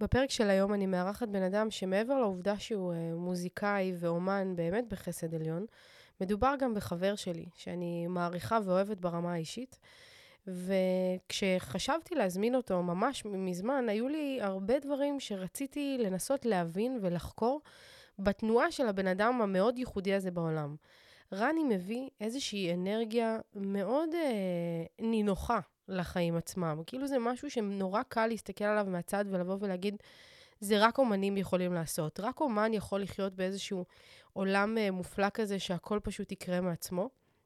בפרק של היום אני מארחת בן אדם שמעבר לעובדה שהוא מוזיקאי ואומן באמת בחסד עליון, מדובר גם בחבר שלי, שאני מעריכה ואוהבת ברמה האישית. וכשחשבתי להזמין אותו ממש מזמן, היו לי הרבה דברים שרציתי לנסות להבין ולחקור בתנועה של הבן אדם המאוד ייחודי הזה בעולם. רני מביא איזושהי אנרגיה מאוד נינוחה לחיים עצמם. כאילו זה משהו שנורא קל להסתכל עליו מהצד ולבוא ולהגיד, זה רק אומנים יכולים לעשות. רק אומן יכול לחיות באיזשהו עולם מופלא כזה שהכל פשוט יקרה מעצמו.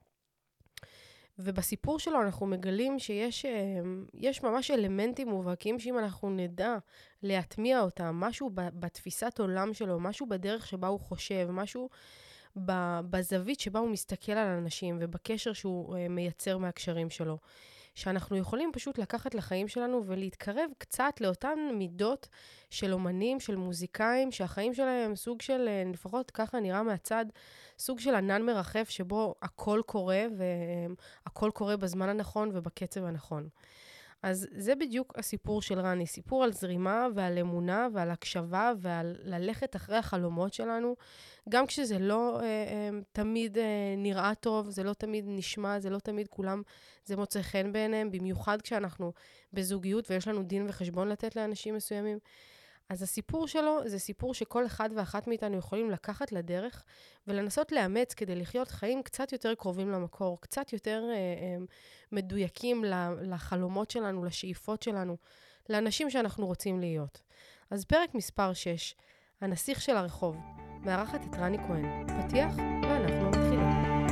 ובסיפור שלו אנחנו מגלים שיש ממש אלמנטים מובהקים שאם אנחנו נדע להטמיע אותם, משהו בתפיסת עולם שלו, משהו בדרך שבה הוא חושב, משהו בזווית שבה הוא מסתכל על אנשים ובקשר שהוא מייצר מהקשרים שלו, שאנחנו יכולים פשוט לקחת לחיים שלנו ולהתקרב קצת לאותן מידות של אומנים, של מוזיקאים, שהחיים שלהם סוג של, לפחות ככה נראה מהצד, סוג של ענן מרחף שבו הכל קורה, והכל קורה בזמן הנכון ובקצב הנכון. אז זה בדיוק הסיפור של רני, סיפור על זרימה ועל אמונה ועל הקשבה ועל ללכת אחרי החלומות שלנו, גם כשזה לא תמיד נראה טוב, זה לא תמיד נשמע, זה לא תמיד כולם, זה מוצא חן בעיניהם, במיוחד כשאנחנו בזוגיות ויש לנו דין וחשבון לתת לאנשים מסוימים. אז הסיפור שלו זה סיפור שכל אחד ואחת מאיתנו יכולים לקחת לדרך ולנסות לאמץ כדי לחיות חיים קצת יותר קרובים למקור, קצת יותר מדויקים לחלומות שלנו, לשאיפות שלנו, לאנשים שאנחנו רוצים להיות. אז פרק מספר 6, הנסיך של הרחוב, מארחת את רני כהן. פתיח ואנחנו מתחילים.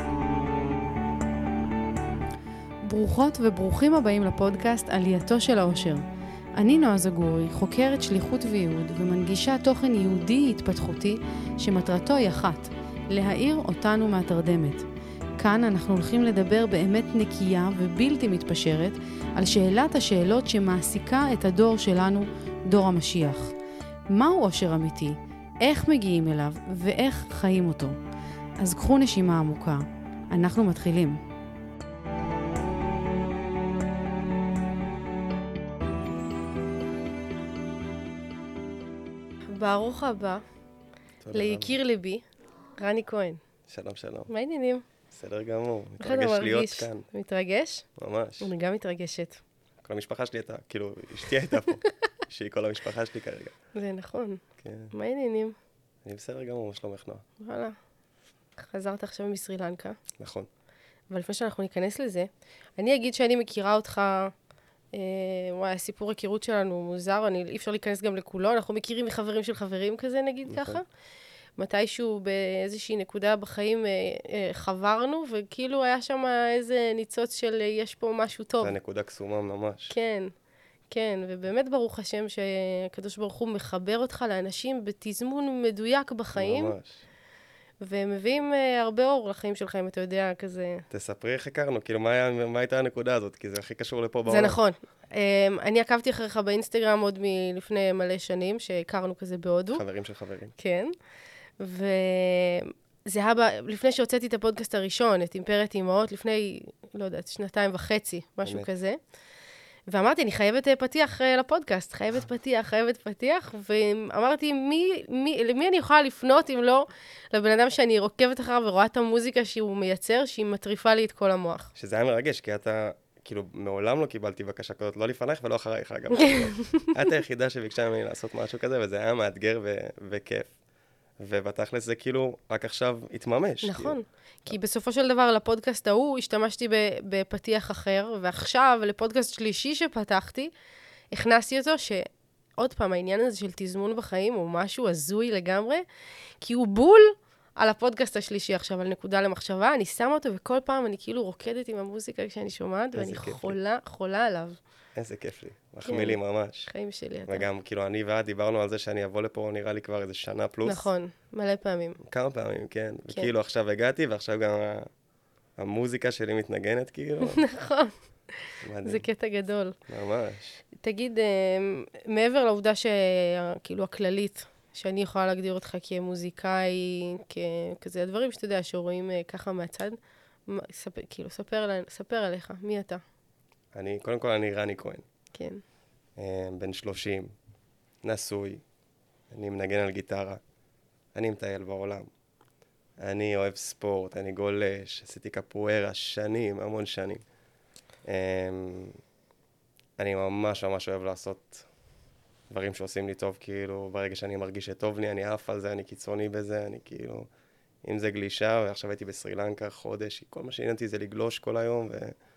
ברוכות וברוכים הבאים לפודקאסט עלייתו של האושר. אני נועה זגורי, חוקרת שליחות וייעוד ומנגישה תוכן יהודי התפתחותי שמטרתו היא אחת, להאיר אותנו מהתרדמת. כאן אנחנו הולכים לדבר באמת נקייה ובלתי מתפשרת על שאלת השאלות שמעסיקה את הדור שלנו, דור המשיח. מהו אושר אמיתי? איך מגיעים אליו ואיך חיים אותו? אז קחו נשימה עמוקה. אנחנו מתחילים. ברוך הבא ליקיר ליבי, רני כהן. שלום, שלום. מה העניינים? בסדר גמור. מתרגש להיות כאן. מתרגש? ממש. אני גם מתרגשת. כל המשפחה שלי הייתה, כאילו, אשתי הייתה פה. שהיא כל המשפחה שלי כרגע. זה נכון. כן. מה העניינים? אני בסדר גמור, מה שלומך נועה? וואלה. חזרת עכשיו מסרי לנקה. נכון. אבל לפני שאנחנו ניכנס לזה, אני אגיד שאני מכירה אותך, וואי, הסיפור הכירות שלנו מוזר, אי אפשר להיכנס גם לכולו, אנחנו מכירים מחברים של חברים כזה, נגיד ככה. מתישהו באיזושהי נקודה בחיים חברנו, וכאילו היה שם איזה ניצוץ של יש פה משהו טוב. זה נקודה קסומה ממש. כן, כן, ובאמת ברוך השם שהקדוש ברוך הוא מחבר אותך לאנשים בתזמון מדויק בחיים. ממש. ומביאים הרבה אור לחיים שלך, אם אתה יודע, כזה. תספרי איך הכרנו, כאילו מה הייתה הנקודה הזאת, כי זה הכי קשור לפה בעולם. זה נכון. אני עקבתי אחריך באינסטגרם עוד מלפני מלא שנים, שהכרנו כזה בהודו. חברים של חברים. כן. וזה היה לפני שהוצאתי את הפודקאסט הראשון, את אימפרית אימהות, לפני, לא יודעת, 2.5, משהו כזה. ואמרתי, אני חייבת פתיח לפודקאסט, חייבת פתיח, ואמרתי, למי אני יכולה לפנות אם לא לבן אדם שאני רוקבת אחריו ורואה את המוזיקה שהוא מייצר, שהיא מטריפה לי את כל המוח. שזה היה מרגש, כי אתה, כאילו, מעולם לא קיבלתי בקשה כזאת, לא לפנייך ולא אחרייך, אגב. את היחידה שביקשה ממני לעשות משהו כזה, וזה היה מאתגר וכיף. ובתכלס זה כאילו רק עכשיו התממש. נכון, כי בסופו של דבר לפודקאסט ההוא השתמשתי בפתיח אחר, ועכשיו לפודקאסט שלישי שפתחתי, הכנסתי אותו שעוד פעם העניין הזה של תזמון בחיים הוא משהו הזוי לגמרי, כי הוא בול על הפודקאסט השלישי עכשיו, על נקודה למחשבה, אני שמה אותו וכל פעם אני כאילו רוקדת עם המוזיקה כשאני שומעת, ואני חולה עליו. איזה כיף לי, מחמיא לי ממש. חיים שלי אתה. וגם, כאילו, אני ואת דיברנו על זה שאני אבוא לפה, נראה לי כבר איזה שנה פלוס. נכון, מלא פעמים. כמה פעמים, כן. וכאילו עכשיו הגעתי, ועכשיו גם המוזיקה שלי מתנגנת, כאילו. נכון. זה קטע גדול. ממש. תגיד, מעבר לעובדה שכאילו הכללית, שאני יכולה להגדיר אותך כמוזיקאי, כזה הדברים שאתה יודע, שרואים ככה מהצד, כאילו, ספר עליך, מי אתה? קודם כל, אני רני כהן. כן. בן 30. נשוי, אני מנגן על גיטרה, אני מטייל בעולם, אני אוהב ספורט, אני גולש, עשיתי קפוארה שנים, המון שנים. אני ממש ממש אוהב לעשות דברים שעושים לי טוב, כאילו, ברגע שאני מרגיש שטוב לי, אני עף על זה, אני קיצוני בזה, אני כאילו, אם זה גלישה, ועכשיו הייתי בסרילנקה חודש, כל מה שעניין אותי זה לגלוש כל היום,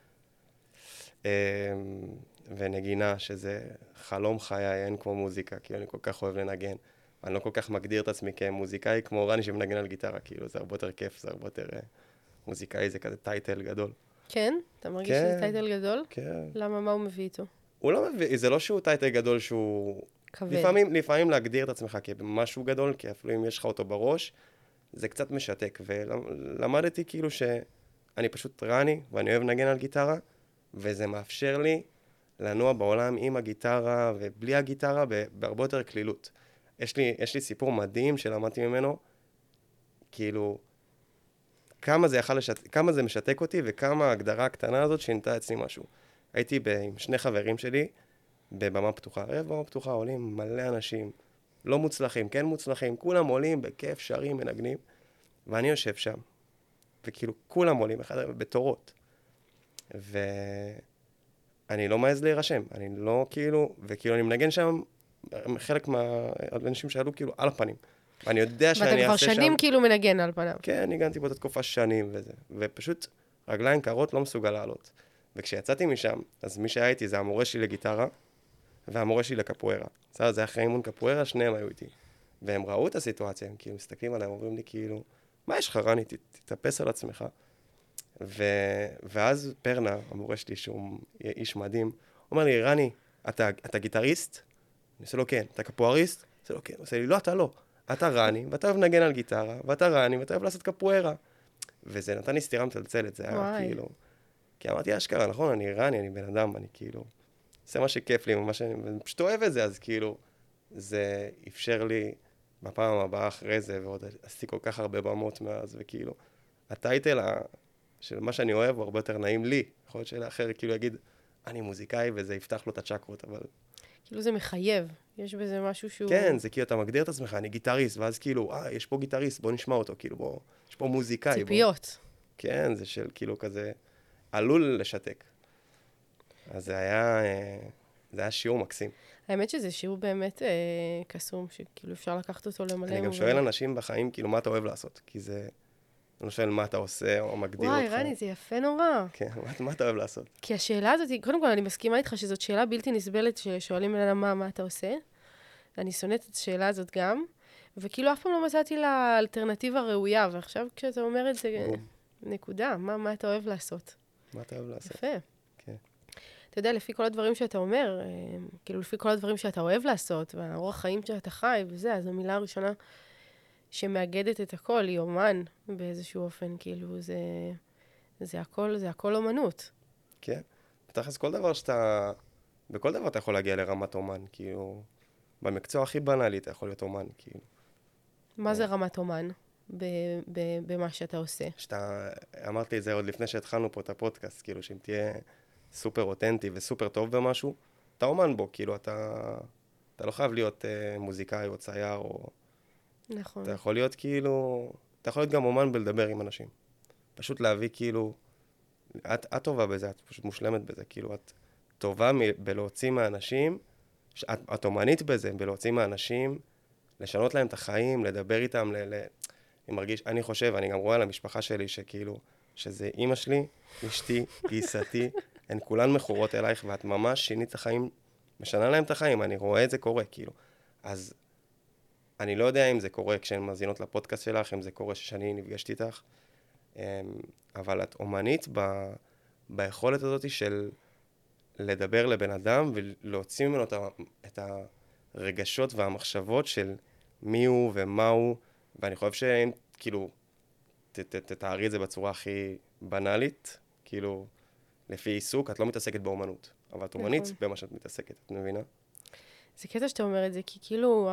ונגינה, שזה חלום חיי, אין כמו מוזיקה, כאילו, אני כל כך אוהב לנגן. אני לא כל כך מגדיר את עצמי כמוזיקאי, כמו רני שמנגן על גיטרה, כאילו, זה הרבה יותר כיף, זה הרבה יותר מוזיקאי, זה כזה טייטל גדול. כן? אתה מרגיש שזה טייטל גדול? כן. למה? מה הוא מביא איתו? הוא לא מביא, זה לא שהוא טייטל גדול שהוא... כבד. לפעמים להגדיר את עצמך כמשהו גדול, כי אפילו אם יש לך אותו בראש, זה קצת משתק. ולמדתי כאילו שאני פשוט רני, ואני אוהב לנגן על גיטרה, וזה מאפשר לי לנוע בעולם עם הגיטרה ובלי הגיטרה בהרבה יותר כלילות. יש לי סיפור מדהים שלמדתי ממנו, כאילו, כמה זה משתק אותי וכמה ההגדרה הקטנה הזאת שינתה אצלי משהו. הייתי עם שני חברים שלי בבמה פתוחה. ערב במה פתוחה עולים מלא אנשים, לא מוצלחים, כן מוצלחים, כולם עולים בכיף, שרים, מנגנים, ואני יושב שם, וכאילו כולם עולים בתורות. ואני לא מעז להירשם, אני לא כאילו, וכאילו אני מנגן שם חלק מהאנשים שעלו כאילו על הפנים. ואני יודע שאני אעשה שם... ואתה כבר שנים כאילו מנגן על פניו. כן, ניגנתי באותה תקופה שנים וזה. ופשוט רגליים קרות לא מסוגל לעלות. וכשיצאתי משם, אז מי שהיה איתי זה המורה שלי לגיטרה, והמורה שלי לקפוארה. זה היה אחרי אימון קפוארה, שניהם היו איתי. והם ראו את הסיטואציה, הם כאילו מסתכלים עליהם, אומרים לי כאילו, מה יש לך רני, תתאפס על עצמך. ואז פרנה, המורה שלי, שהוא איש מדהים, אומר לי, רני, אתה גיטריסט? אני עושה לו כן. אתה קפואריסט? אני עושה לו כן. הוא עושה לי, לא, אתה לא. אתה רני, ואתה אוהב לנגן על גיטרה, ואתה רני, ואתה אוהב לעשות קפוארה. וזה נתן לי סתירה מצלצלת, זה היה כאילו... כי אמרתי, אשכרה, נכון, אני רני, אני בן אדם, אני כאילו... עושה מה שכיף לי, ואני פשוט אוהב את זה, אז כאילו... זה אפשר לי בפעם הבאה אחרי זה, ועוד עשיתי כל כך הרבה במות מאז, וכאילו... הטייטל של מה שאני אוהב הוא הרבה יותר נעים לי. יכול להיות שלאחר כאילו יגיד, אני מוזיקאי, וזה יפתח לו את הצ'קרות, אבל... כאילו זה מחייב, יש בזה משהו שהוא... כן, זה כאילו אתה מגדיר את עצמך, אני גיטריסט, ואז כאילו, יש פה גיטריסט, בוא נשמע אותו, כאילו, יש פה מוזיקאי. ציפיות. כן, זה של כאילו כזה, עלול לשתק. אז זה היה שיעור מקסים. האמת שזה שיעור באמת קסום, שכאילו אפשר לקחת אותו למלא... אני גם שואל אנשים בחיים, כאילו, מה אתה אוהב לעשות? כי זה... אני לא שואל מה אתה עושה, או מגדיר אותך. וואי, רני, זה יפה נורא. כן, מה אתה אוהב לעשות? כי השאלה הזאת, קודם כל, אני מסכימה איתך שזאת שאלה בלתי נסבלת, ששואלים עליה מה אתה עושה. אני שונאת את השאלה הזאת גם, וכאילו אף פעם לא מצאתי לה אלטרנטיבה ראויה, ועכשיו כשאתה אומר את זה, נקודה, מה אתה אוהב לעשות? מה אתה אוהב לעשות? יפה. כן. אתה יודע, לפי כל הדברים שאתה אומר, כאילו לפי כל הדברים שאתה אוהב לעשות, והאורח חיים שאתה חי, וזה, אז המילה הראשונה שמאגדת את הכל, היא אומן באיזשהו אופן, כאילו זה הכל אומנות. כן. בתכלס כל דבר בכל דבר אתה יכול להגיע לרמת אומן, כאילו, במקצוע הכי בנאלי אתה יכול להיות אומן, כאילו. מה זה רמת אומן במה שאתה עושה? אמרתי את זה עוד לפני שהתחלנו פה את הפודקאסט, כאילו, שאם תהיה סופר אותנטי וסופר טוב במשהו, אתה אומן בו, כאילו, אתה לא חייב להיות מוזיקאי או צייר, או... נכון. אתה יכול להיות כאילו, אתה יכול להיות גם אומן בלדבר עם אנשים. פשוט להביא כאילו, את טובה בזה, את פשוט מושלמת בזה, כאילו, את טובה בלהוציא מהאנשים, את אומנית בזה, בלהוציא מהאנשים, לשנות להם את החיים, לדבר איתם, אני חושב, אני גם רואה על המשפחה שלי, שכאילו, שזה אימא שלי, אשתי, גיסתי, הן כולן מכורות אלייך, ואת ממש שינית את החיים, משנה להם את החיים, אני רואה את זה קורה, כאילו. אז אני לא יודע אם זה קורה כשהן מאזינות לפודקאסט שלך, אם זה קורה שאני נפגשתי איתך, אבל את אומנית ביכולת הזאת של לדבר לבן אדם ולהוציא ממנו את הרגשות והמחשבות של מי הוא ומה הוא, ואני חושב שאם כאילו תתארי את זה בצורה הכי בנאלית, כאילו לפי עיסוק, את לא מתעסקת באומנות, אבל את אומנית במה שאת מתעסקת, את מבינה? זה קטע שאתה אומר את זה, כי כאילו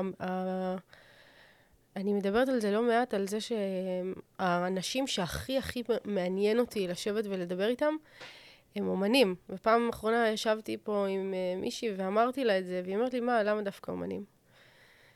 אני מדברת על זה לא מעט, על זה שהאנשים שהכי הכי מעניין אותי לשבת ולדבר איתם, הם אומנים. בפעם האחרונה ישבתי פה עם מישהי ואמרתי לה את זה, והיא אומרת לי, למה דווקא אומנים?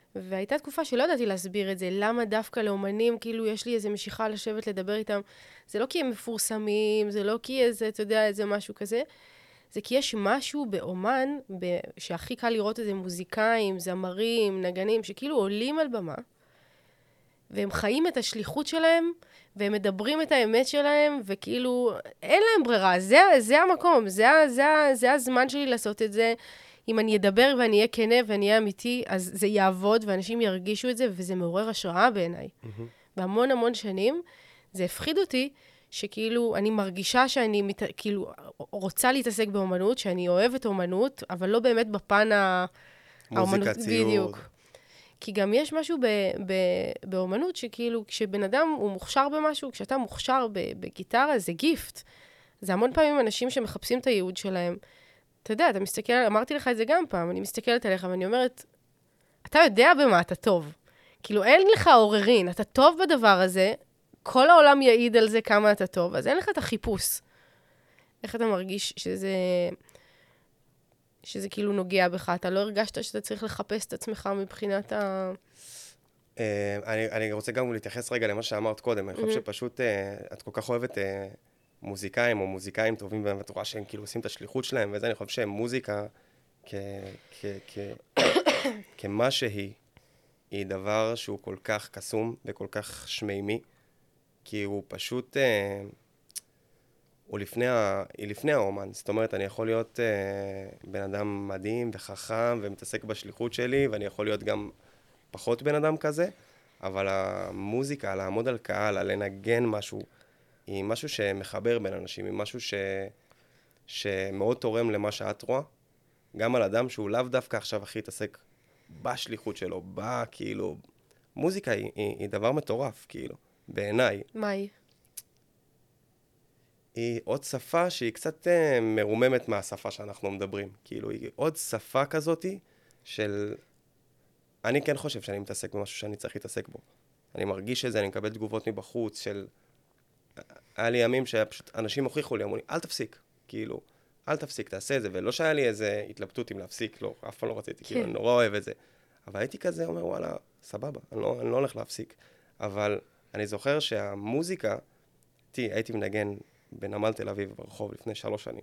והייתה תקופה שלא ידעתי להסביר את זה, למה דווקא לאומנים, כאילו יש לי איזו משיכה לשבת לדבר איתם. זה לא כי הם מפורסמים, זה לא כי איזה, אתה יודע, איזה משהו כזה. זה כי יש משהו באומן, שהכי קל לראות איזה מוזיקאים, זמרים, נגנים, שכאילו עולים על במה, והם חיים את השליחות שלהם, והם מדברים את האמת שלהם, וכאילו אין להם ברירה. זה המקום, זה הזמן שלי לעשות את זה. אם אני אדבר ואני אהיה כנה ואני אהיה אמיתי, אז זה יעבוד, ואנשים ירגישו את זה, וזה מעורר השראה בעיניי. בהמון המון שנים, זה הפחיד אותי, שכאילו אני מרגישה שאני כאילו רוצה להתעסק באומנות, שאני אוהבת אומנות, אבל לא באמת בפן מוזיקה, ציור. בדיוק. כי גם יש משהו באומנות שכאילו כשבן אדם הוא מוכשר במשהו, כשאתה מוכשר בגיטרה, זה גיפט. זה המון פעמים אנשים שמחפשים את הייעוד שלהם. אתה יודע, אתה מסתכל, אמרתי לך את זה גם פעם, אני מסתכלת עליך ואני אומרת, אתה יודע במה אתה טוב. כאילו אין לך עוררין, אתה טוב בדבר הזה, כל העולם יעיד על זה כמה אתה טוב, אז אין לך את החיפוש. איך אתה מרגיש שזה כאילו נוגע בך? אתה לא הרגשת שאתה צריך לחפש את עצמך מבחינת אני רוצה גם להתייחס רגע למה שאמרת קודם. אני חושב שפשוט את כל כך אוהבת מוזיקאים או מוזיקאים טובים בתורה שהם כאילו עושים את השליחות שלהם, וזה אני חושב שהם מוזיקה כמה שהיא, היא דבר שהוא כל כך קסום וכל כך שמימי, כי הוא פשוט, היא לפני האומן. זאת אומרת, אני יכול להיות בן אדם מדהים וחכם ומתעסק בשליחות שלי, ואני יכול להיות גם פחות בן אדם כזה, אבל המוזיקה, לעמוד על קהל, על לנגן משהו, היא משהו שמחבר בין אנשים, היא משהו שמאוד תורם למה שאת רואה, גם על אדם שהוא לאו דווקא עכשיו הכי התעסק בשליחות שלו, כאילו, מוזיקה היא דבר מטורף, כאילו, בעיניי. מה היא? היא עוד שפה שהיא קצת מרוממת מהשפה שאנחנו מדברים. כאילו, היא עוד שפה כזאת של... אני כן חושב שאני מתעסק במשהו שאני צריך להתעסק בו. אני מרגיש את זה, אני מקבל תגובות מבחוץ של... היה לי ימים שפשוט אנשים הוכיחו לי, אמרו לי, אל תפסיק, כאילו, אל תפסיק, תעשה את זה, ולא שהיה לי איזה התלבטות אם להפסיק, לא, אף פעם לא רציתי, כאילו, אני נורא אוהב את זה. אבל הייתי כזה, אומר, וואלה, סבבה, אני לא הולך להפסיק. אבל אני זוכר שהמוזיקה, הייתי מנגן בנמל תל אביב ברחוב לפני 3 שנים,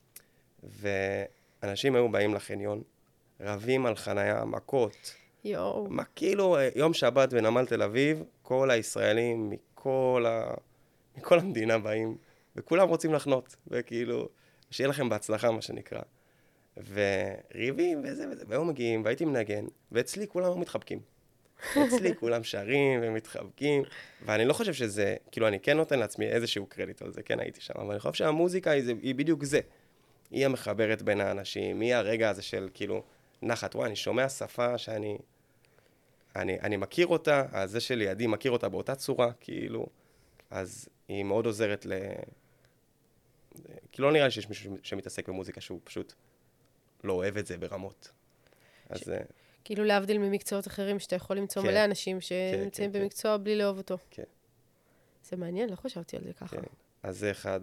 ואנשים היו באים לחניון, רבים על חנייה, מכות, כאילו, יום שבת בנמל תל אביב, כל הישראלים מכל המדינה באים, וכולם רוצים לחנות, וכאילו, שיהיה לכם בהצלחה, מה שנקרא. וריבים וזה, והיו מגיעים, והייתי מנגן, ואצלי כולם מתחבקים. אצלי כולם שרים ומתחבקים, ואני לא חושב שזה, כאילו, אני כן נותן לעצמי איזשהו קרדיט על זה, כן הייתי שם, אבל אני חושב שהמוזיקה היא בדיוק זה. היא המחברת בין האנשים, היא הרגע הזה של, כאילו, נחת, וואי, אני שומע שפה שאני מכיר אותה, אז זה שלידי מכיר אותה באותה צורה, כאילו, אז היא מאוד עוזרת כאילו לא נראה לי שיש מישהו שמתעסק במוזיקה שהוא פשוט לא אוהב את זה ברמות. אז... כאילו להבדיל ממקצועות אחרים שאתה יכול למצוא מלא אנשים שנמצאים במקצוע בלי לאהוב אותו. כן. זה מעניין, לא חשבתי על זה ככה. כן. אז זה אחד,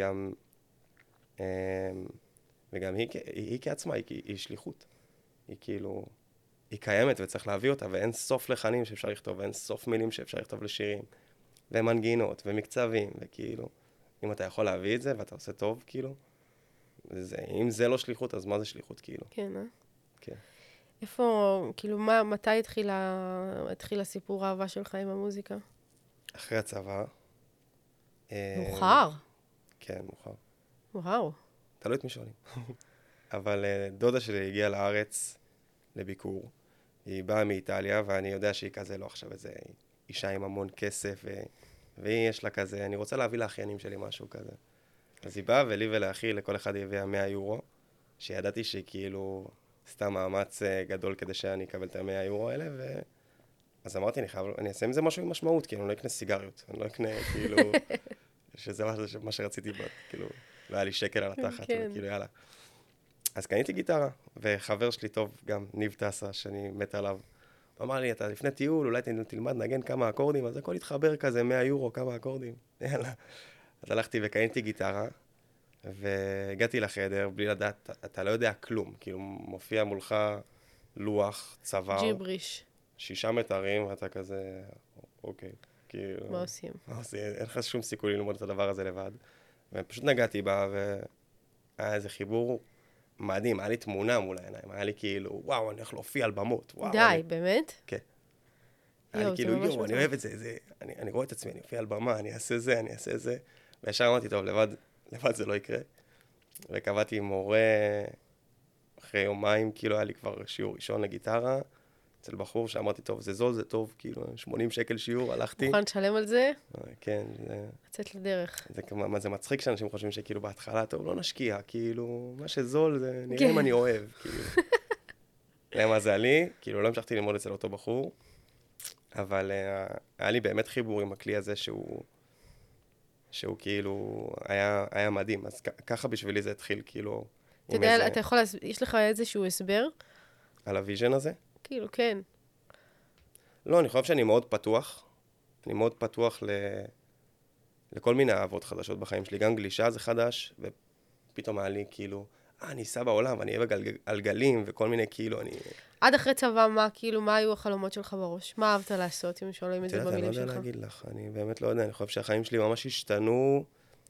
וגם היא כעצמה, היא שליחות. היא כאילו, היא קיימת וצריך להביא אותה, ואין סוף לחנים שאפשר לכתוב, ואין סוף מילים שאפשר לכתוב לשירים, ומנגינות, ומקצבים, וכאילו, אם אתה יכול להביא את זה, ואתה עושה טוב, כאילו, אם זה לא שליחות, אז מה זה שליחות, כאילו? כן, כן. איפה, כאילו, מתי התחיל הסיפור האהבה שלך עם המוזיקה? אחרי הצבא. מאוחר. כן, מאוחר. וואו. תלוי את מי שואלים. אבל דודה שלי הגיעה לארץ לביקור. היא באה מאיטליה, ואני יודע שהיא כזה לא עכשיו איזה אישה עם המון כסף, והיא יש לה כזה, אני רוצה להביא לאחיינים שלי משהו כזה. אז היא באה, ולי ולאחי, לכל אחד היא הביאה 100 יורו, שידעתי שהיא כאילו סתם מאמץ גדול כדי שאני אקבל את ה100 יורו האלה, אז אמרתי, אני אעשה עם זה משהו עם משמעות, כאילו, אני לא אקנה סיגריות, אני לא אקנה, כאילו, שזה מה שרציתי, כאילו, לא היה לי שקל על התחת, כאילו, יאללה. אז קניתי גיטרה, וחבר שלי טוב, גם ניב טסה, שאני מת עליו, הוא אמר לי, אתה לפני טיול, אולי תלמד נגן כמה אקורדים, אז הכל יתחבר כזה, 100 יורו, כמה אקורדים, יאללה. אז הלכתי וקניתי גיטרה, והגעתי לחדר, בלי לדעת, אתה לא יודע כלום, כאילו, מופיע מולך לוח, צוואר. ג'יבריש. 6 מטרים, ואתה כזה, אוקיי, כאילו... מה עושים? מה עושים? אין לך שום סיכוי ללמוד את הדבר הזה לבד. ופשוט נגעתי בה, והיה איזה חיבור מדהים, היה לי תמונה מול העיניים, היה לי כאילו, וואו, אני הולך להופיע על במות, וואו. די, באמת? כן. היה לי כאילו, אני אוהב את זה, אני רואה את עצמי, אני אופיע על במה, אני אעשה זה. וישר אמרתי, טוב, לבד זה לא יקרה. וקבעתי עם מורה, אחרי יומיים, כאילו היה לי כבר שיעור ראשון לגיטרה, אצל בחור שאמרתי, טוב, זה זול, זה טוב, כאילו, 80 שקל שיעור, הלכתי. מוכן לשלם על זה? כן, לצאת לדרך. זה מצחיק שאנשים חושבים שכאילו בהתחלה, טוב, לא נשקיע, כאילו, מה שזול, זה נראה אם אני אוהב, כאילו. למזלי, כאילו, לא המשכתי ללמוד אצל אותו בחור, אבל היה לי באמת חיבור עם הכלי הזה שהוא כאילו היה מדהים. אז ככה בשבילי זה התחיל, כאילו... אתה יודע, אתה יכול, יש לך איזשהו הסבר? על הוויז'ן הזה? כאילו, כן. לא, אני חושב שאני מאוד פתוח. אני מאוד פתוח לכל מיני אהבות חדשות בחיים שלי. גם גלישה זה חדש, ופתאום היה לי כאילו, אני אסע בעולם, ואני אהיה על גלים, וכל מיני כאילו, אני... עד אחרי צבא, מה היו החלומות שלך בראש? מה אהבת לעשות, אם שואלים את זה במילים שלך? אני לא יודע להגיד לך, אני באמת לא יודע. אני חושב שהחיים שלי ממש השתנו,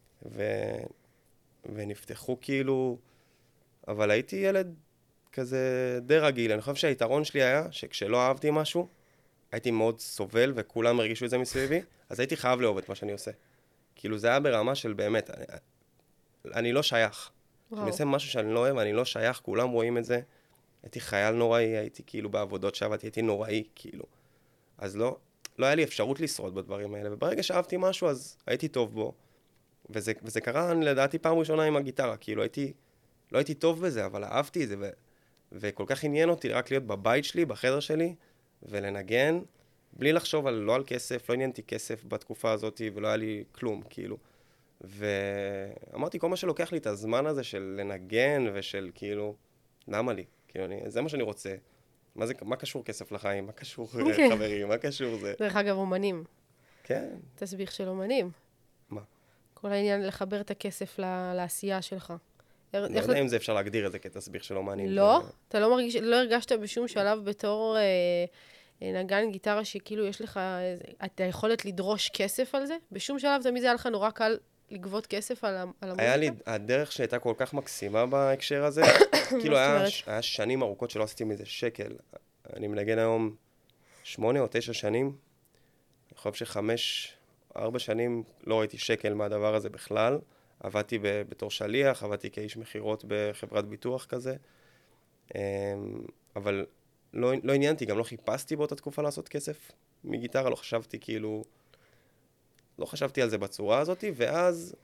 ונפתחו כאילו... אבל הייתי ילד כזה די רגיל. אני חושב שהיתרון שלי היה שכשלא אהבתי משהו, הייתי מאוד סובל, וכולם הרגישו את זה מסביבי, אז הייתי חייב לאהוב את מה שאני עושה. כאילו זה היה ברמה של באמת, אני לא שייך. כשאני עושה משהו שאני לא אוהב, אני לא שייך, כולם רואים את זה. הייתי חייל נוראי, הייתי כאילו בעבודות שעבדתי, הייתי נוראי, כאילו. אז לא היה לי אפשרות לשרוד בדברים האלה, וברגע שאהבתי משהו, אז הייתי טוב בו. וזה קרה, לדעתי, פעם ראשונה עם הגיטרה, כאילו לא הייתי טוב בזה, אבל אהבתי את זה, וכל כך עניין אותי רק להיות בבית שלי, בחדר שלי, ולנגן, בלי לחשוב לא על כסף, לא עניינתי כסף בתקופה הזאת, ולא היה לי כלום, כאילו. ואמרתי, כל מה שלוקח לי את הזמן הזה של לנגן, ושל כאילו, למה לי? כאילו, זה מה שאני רוצה. מה קשור כסף לחיים? מה קשור חברים? מה קשור זה? דרך אגב, אומנים. כן. תסביך של אומנים. מה? כל העניין לחבר את הכסף לעשייה שלך. לא יודע אם זה אפשר להגדיר את זה כתסביך של אומנים. לא? אתה לא הרגשת בשום שלב בתור נגן גיטרה שכאילו יש לך את היכולת לדרוש כסף על זה? בשום שלב תמיד זה היה לך נורא קל לגבות כסף על המוזיקה? היה לי, הדרך שהייתה כל כך מקסימה בהקשר הזה, כאילו היה שנים ארוכות שלא עשיתי מזה שקל. אני מנגן היום 8 או 9 שנים. אני חושב ש4 שנים לא ראיתי שקל מהדבר הזה בכלל. עבדתי בתור שליח, עבדתי כאיש מחירות בחברת ביטוח כזה. אבל לא עניינתי, גם לא חיפשתי באותה תקופה לעשות כסף מגיטרה, לא חשבתי על זה בצורה הזאת, ואז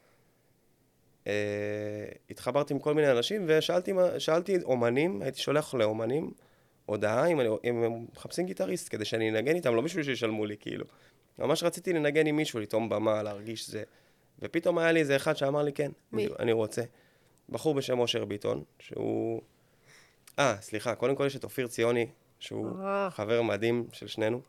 התחברתי עם כל מיני אנשים, ושאלתי אומנים, הייתי שולח לאומנים הודעה אם הם מחפשים גיטריסט, כדי שאני אנגן איתם, לא בשביל שישלמו לי, כאילו. ממש רציתי לנגן עם מישהו, לטעום במה, להרגיש זה. ופתאום היה לי איזה אחד שאמר לי, כן, אני רוצה. בחור בשם אושר ביטון, שהוא... קודם כל יש את אופיר ציוני, שהוא חבר מדהים של שנינו,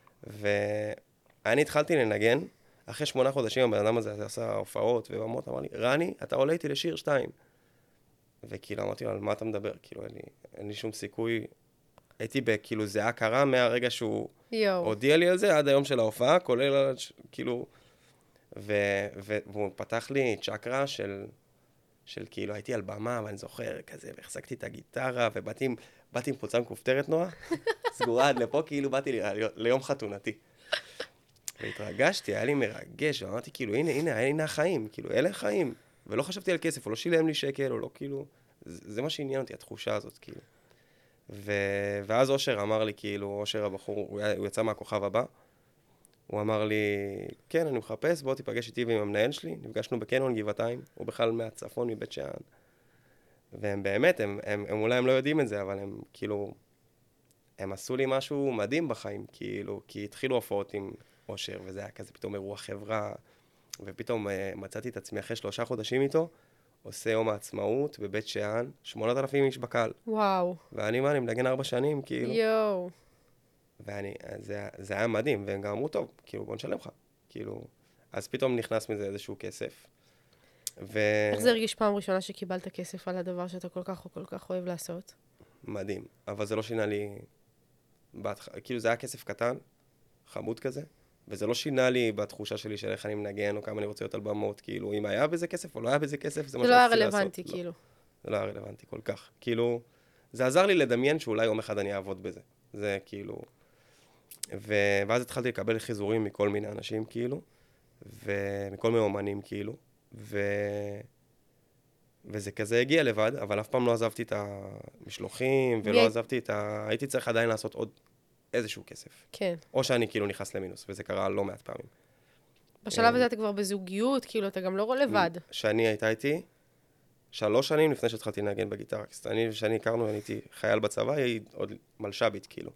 ואני התחלתי לנגן, אחרי 8 חודשים הבן אדם הזה עשה הופעות ובמות, אמר לי, רני, אתה עולה איתי לשיר 2. וכאילו אמרתי לו, על מה אתה מדבר? כאילו, אין לי שום סיכוי. הייתי כאילו, זה היה קרה מהרגע שהוא הודיע לי על זה, עד היום של ההופעה, כולל, כאילו... והוא פתח לי צ'קרה של כאילו, הייתי על במה, ואני זוכר כזה, והחזקתי את הגיטרה, ובאתי עם חולצה מכופתרת נועה, סגורה עד לפה, כאילו באתי ליום חתונתי. והתרגשתי, היה לי מרגש, ואמרתי, כאילו, הנה החיים, כאילו, אלה החיים. ולא חשבתי על כסף, הוא לא שילם לי שקל, או לא, כאילו, זה מה שעניין אותי, התחושה הזאת, כאילו. ואז אושר אמר לי, כאילו, אושר הבחור, הוא יצא מהכוכב הבא, הוא אמר לי, כן, אני מחפש, בוא תיפגש איתי ועם המנהל שלי. נפגשנו בקניון גבעתיים, הוא בכלל מהצפון, מבית שאן. והם באמת, הם אולי הם לא יודעים את זה, אבל הם כאילו, הם עשו לי משהו מדהים בחיים, כאילו, כי התחילו הופעות עם אושר, וזה היה כזה פתאום אירוע חברה, ופתאום מצאתי את עצמי אחרי 3 חודשים איתו, עושה יום העצמאות בבית שאן, 8,000 איש בקהל. וואו. ואני מנגן 4 שנים, כאילו. יואו. זה היה מדהים, והם גם אמרו, טוב, כאילו, בוא נשלם לך. כאילו, אז פתאום נכנס מזה איזשהו כסף. איך זה הרגיש פעם ראשונה שקיבלת כסף על הדבר שאתה כל כך או כל כך אוהב לעשות? מדהים. אבל זה לא שינה לי כאילו זה היה כסף קטן, חמוד כזה, וזה לא שינה לי בתחושה שלי של איך אני מנגן, או כמה אני רוצה להיות על במות, כאילו, אם היה בזה כסף או לא היה בזה כסף, זה מה זה לא היה שרציתי לעשות. רלוונטי, כאילו. זה לא היה רלוונטי כל כך. כאילו, זה עזר לי לדמיין שאולי יום אחד אני אעבוד בזה. זה כאילו... ואז התחלתי לקבל חיזורים מכל מיני אנשים, כאילו, ומכל מיני אומנים, כאילו, וזה כזה הגיע לבד, אבל אף פעם לא עזבתי את המשלוחים, ולא עזבתי את הייתי צריך עדיין לעשות עוד איזשהו כסף. כן. או שאני כאילו נכנס למינוס, וזה קרה לא מעט פעמים. בשלב הזה אתה כבר בזוגיות, כאילו, אתה גם לא לבד. שאני הייתה איתי 3 שנים לפני שהתחלתי לנגן בגיטרה. כשאני הכרנו, אני הייתי חייל בצבא, היא עוד מלשבית, כאילו.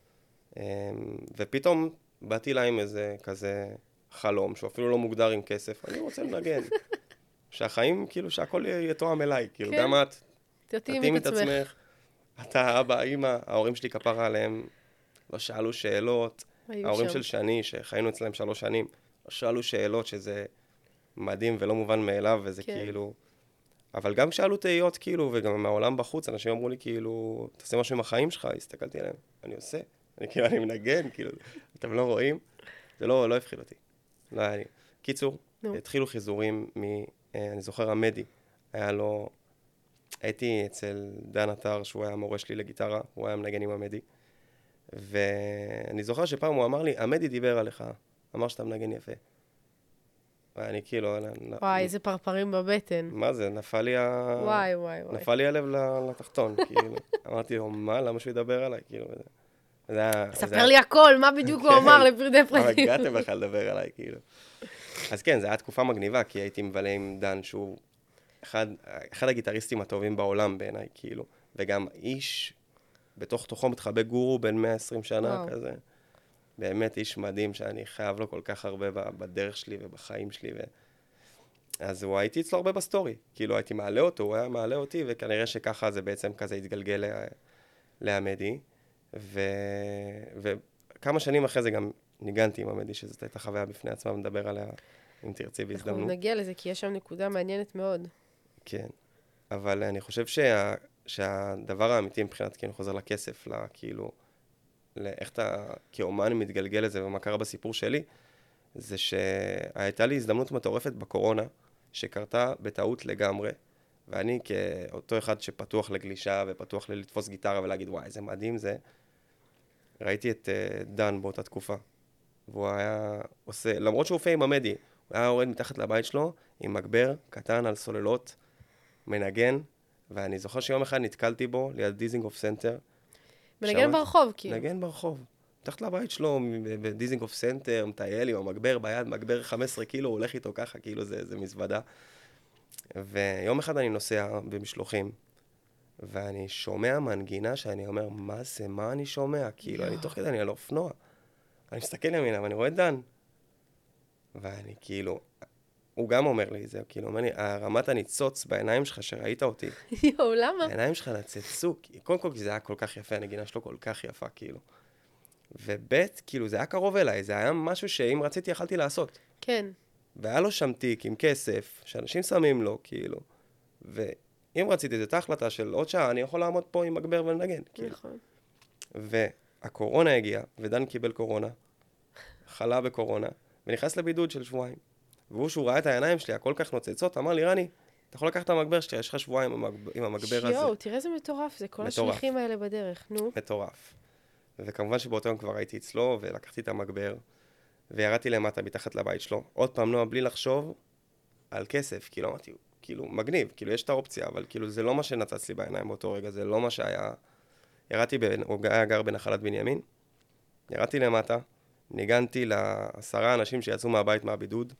ופתאום באתי לה עם איזה כזה חלום, שהוא אפילו לא מוגדר עם כסף. אני רוצה לנגן. שהחיים, כאילו, שהכל יתואם אליי. כאילו, גם את, תתאים את עצמך. אתה, אבא, אמא, ההורים שלי כפרה עליהם, לא שאלו שאלות. ההורים של שני, שחיינו אצלם 3 שנים, לא שאלו שאלות שזה מדהים ולא מובן מאליו, וזה כאילו... אבל גם שאלו תהיות, כאילו, וגם מהעולם בחוץ, אנשים אמרו לי, כאילו, תעשה משהו עם החיים שלך, הסתכלתי עליהם, אני עושה. אני מנגן, כאילו, אתם לא רואים? זה לא הפחיד אותי. לא היה לי. קיצור, התחילו חיזורים אני זוכר, המדי, היה לו... הייתי אצל דן אתר, שהוא היה המורה שלי לגיטרה, הוא היה מנגן עם המדי. ואני זוכר שפעם הוא אמר לי, המדי דיבר עליך, אמר שאתה מנגן יפה. ואני כאילו... וואי, איזה פרפרים בבטן. מה זה? נפל לי הלב לתחתון, כאילו. אמרתי לו, מה? למה שהוא ידבר עליי? כאילו, ספר לי הכל, מה בדיוק הוא אמר לפרטי פרטים. אבל הגעתם בכלל לדבר עליי, כאילו. אז כן, זו הייתה תקופה מגניבה, כי הייתי מבלה עם דן, שהוא אחד הגיטריסטים הטובים בעולם בעיניי, כאילו. וגם איש, בתוך תוכו מתחבא גורו בין 120 שנה כזה. באמת איש מדהים, שאני חייב לו כל כך הרבה בדרך שלי ובחיים שלי. אז הוא הייתי אצלו הרבה בסטורי. כאילו, הייתי מעלה אותו, הוא היה מעלה אותי, וכנראה שככה זה בעצם כזה התגלגל לעמדי. וכמה שנים אחרי זה גם ניגנתי עם עמדי, שזאת הייתה חוויה בפני עצמה, ונדבר עליה אם תרצי בהזדמנות. אנחנו נגיע לזה, כי יש שם נקודה מעניינת מאוד. כן, אבל אני חושב שהדבר האמיתי מבחינת, כי אני חוזר לכסף, כאילו, לאיך אתה כאומן מתגלגל לזה, ומה קרה בסיפור שלי, זה שהייתה לי הזדמנות מטורפת בקורונה, שקרתה בטעות לגמרי, ואני כאותו אחד שפתוח לגלישה, ופתוח לתפוס גיטרה ולהגיד, וואי, איזה מדהים זה, ראיתי את דן באותה תקופה, והוא היה עושה, למרות שהוא הופיע עם המדי, הוא היה יורד מתחת לבית שלו, עם מגבר קטן על סוללות, מנגן, ואני זוכר שיום אחד נתקלתי בו, ליד דיזינגוף סנטר. מנגן ברחוב, כאילו. מנגן ברחוב. מתחת לבית שלו, בדיזינגוף סנטר, מטייל עם המגבר ביד, מגבר 15 קילו, הוא הולך איתו ככה, כאילו זה מזוודה. ויום אחד אני נוסע במשלוחים, ואני שומע מנגינה שאני אומר, מה זה, מה אני שומע? כאילו, אני תוך כדי, אני על אופנוע. אני מסתכל ימינה, ואני רואה דן. ואני כאילו, הוא גם אומר לי זה, כאילו, אומר לי, הרמת הניצוץ בעיניים שלך שראית אותי. יואו, למה? העיניים שלך נצצו, קודם כל, כי זה היה כל כך יפה, הנגינה שלו כל כך יפה, כאילו. ובית, כאילו, זה היה קרוב אליי, זה היה משהו שאם רציתי, יכלתי לעשות. כן. והיה לו שם תיק עם כסף, שאנשים שמים לו, כאילו. ואם רציתי, זאת ההחלטה של עוד שעה, אני יכול לעמוד פה עם מגבר ולנגן, כאילו. נכון. והקורונה הגיעה, ודן קיבל קורונה, חלה בקורונה, ונכנס לבידוד של שבועיים. והוא, שהוא ראה את העיניים שלי, הכל כך נוצצות, אמר לי, רני, אתה יכול לקחת את המגבר שלי, יש לך שבועיים עם המגבר הזה. שיו, תראה איזה מטורף, זה כל השליחים האלה בדרך, נו. מטורף. וכמובן שבאותו יום כבר הייתי אצלו, ולקחתי את המגבר, וירדתי למטה מתחת לבית שלו. עוד פעם, נועה, בלי לחשוב על כסף, כאילו, אמרתי, כאילו, מגניב, כאילו, יש את האופציה, אבל כאילו, זה לא מה שנצץ לי בעיניים באותו רגע, זה לא מה שהיה. ירדתי, הוא היה גר בנחלת בנימין, ירדתי למטה, ניגנתי ל10 אנשים שיצאו מהבית מהבידוד,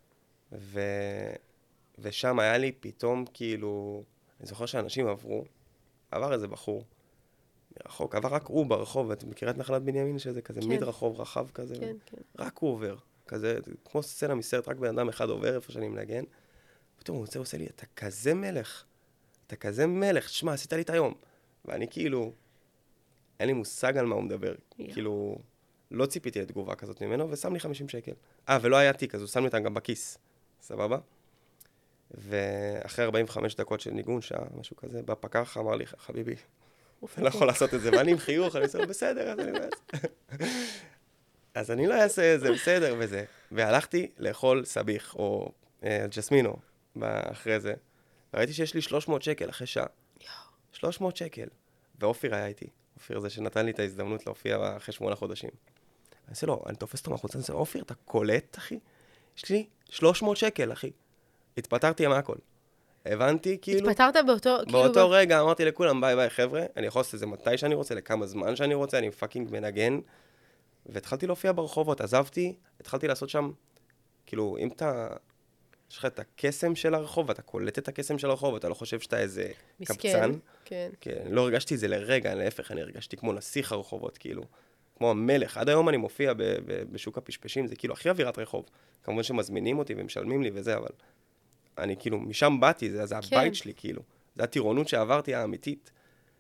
ושם היה לי פתאום, כאילו, אני זוכר שאנשים עבר איזה בחור, מרחוק, עבר רק הוא ברחוב, ואת מכירה את נחלת בנימין, שזה כזה מיד רחוב רחב כזה, כן, כן. רק הוא עובר, כזה, כמו סצנה מסרט, רק בן אדם אחד עובר איפה שאני מנגן, פתאום הוא עושה לי, אתה כזה מלך, תשמע, עשית לי את היום, ואני כאילו, אין לי מושג על מה הוא מדבר, כאילו, לא ציפיתי לתגובה כזאת ממנו, ושם לי 50 שקל. ולא היה תיק, אז הוא שם לי אותם גם בכיס, סבבה? ואחרי 45 דקות של ניגון, שעה, משהו כזה, בא פקח, אמר לי, חביבי, אני לא יכול לעשות את זה, ואני עם חיוך, אני עושה לו בסדר, אז אני לא אעשה. אז אני לא אעשה את זה, בסדר, וזה. והלכתי לאכול סביח, או ג'סמינו, אחרי זה. וראיתי שיש לי 300 שקל אחרי שעה. 300 שקל. ואופיר היה איתי. אופיר זה שנתן לי את ההזדמנות להופיע אחרי 8 חודשים. אני עושה לו, אני תופס אותו מהחוצה, אני עושה לו, אופיר, אתה קולט, אחי? יש לי 300 שקל, אחי. התפטרתי מהכל. הבנתי, כאילו... התפטרת באותו רגע אמרתי לכולם, ביי ביי, חבר'ה, אני יכול לעשות את זה מתי שאני רוצה, לכמה זמן שאני רוצה, אני פאקינג מנגן. והתחלתי להופיע ברחובות, עזבתי, התחלתי לעשות שם, כאילו, אם אתה... יש לך את הקסם של הרחוב, אתה קולט את הקסם של הרחוב, אתה לא חושב שאתה איזה קבצן. כן. כן, לא הרגשתי את זה לרגע, להפך, אני הרגשתי כמו נסיך הרחובות, כאילו, כמו המלך. עד היום אני מופיע בשוק הפשפשים, זה כאילו הכי אווירת רחוב. כמובן שמזמינים אותי ומשלמים לי וזה, אבל אני כאילו, משם באתי, זה הבית שלי, כאילו. זה הטירונות שעברתי האמיתית.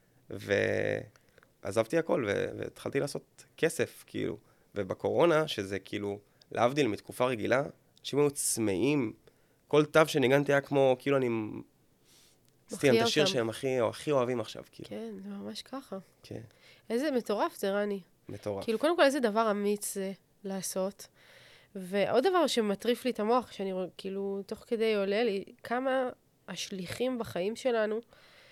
ועזבתי הכל, והתחלתי לעשות כסף, כאילו. ובקורונה, שזה כאילו, להבדיל מתקופה רגילה, אנשים היו צמאים, כל תו שניגנתי היה כמו, כאילו אני... עשיתי את השיר שהם הכי אוהבים עכשיו, כאילו. כן, זה ממש ככה. כן. איזה מטורף זה, רני. מטורף. כאילו, קודם כל, איזה דבר אמיץ זה לעשות. ועוד דבר שמטריף לי את המוח, שאני כאילו, תוך כדי עולה לי, כמה השליחים בחיים שלנו,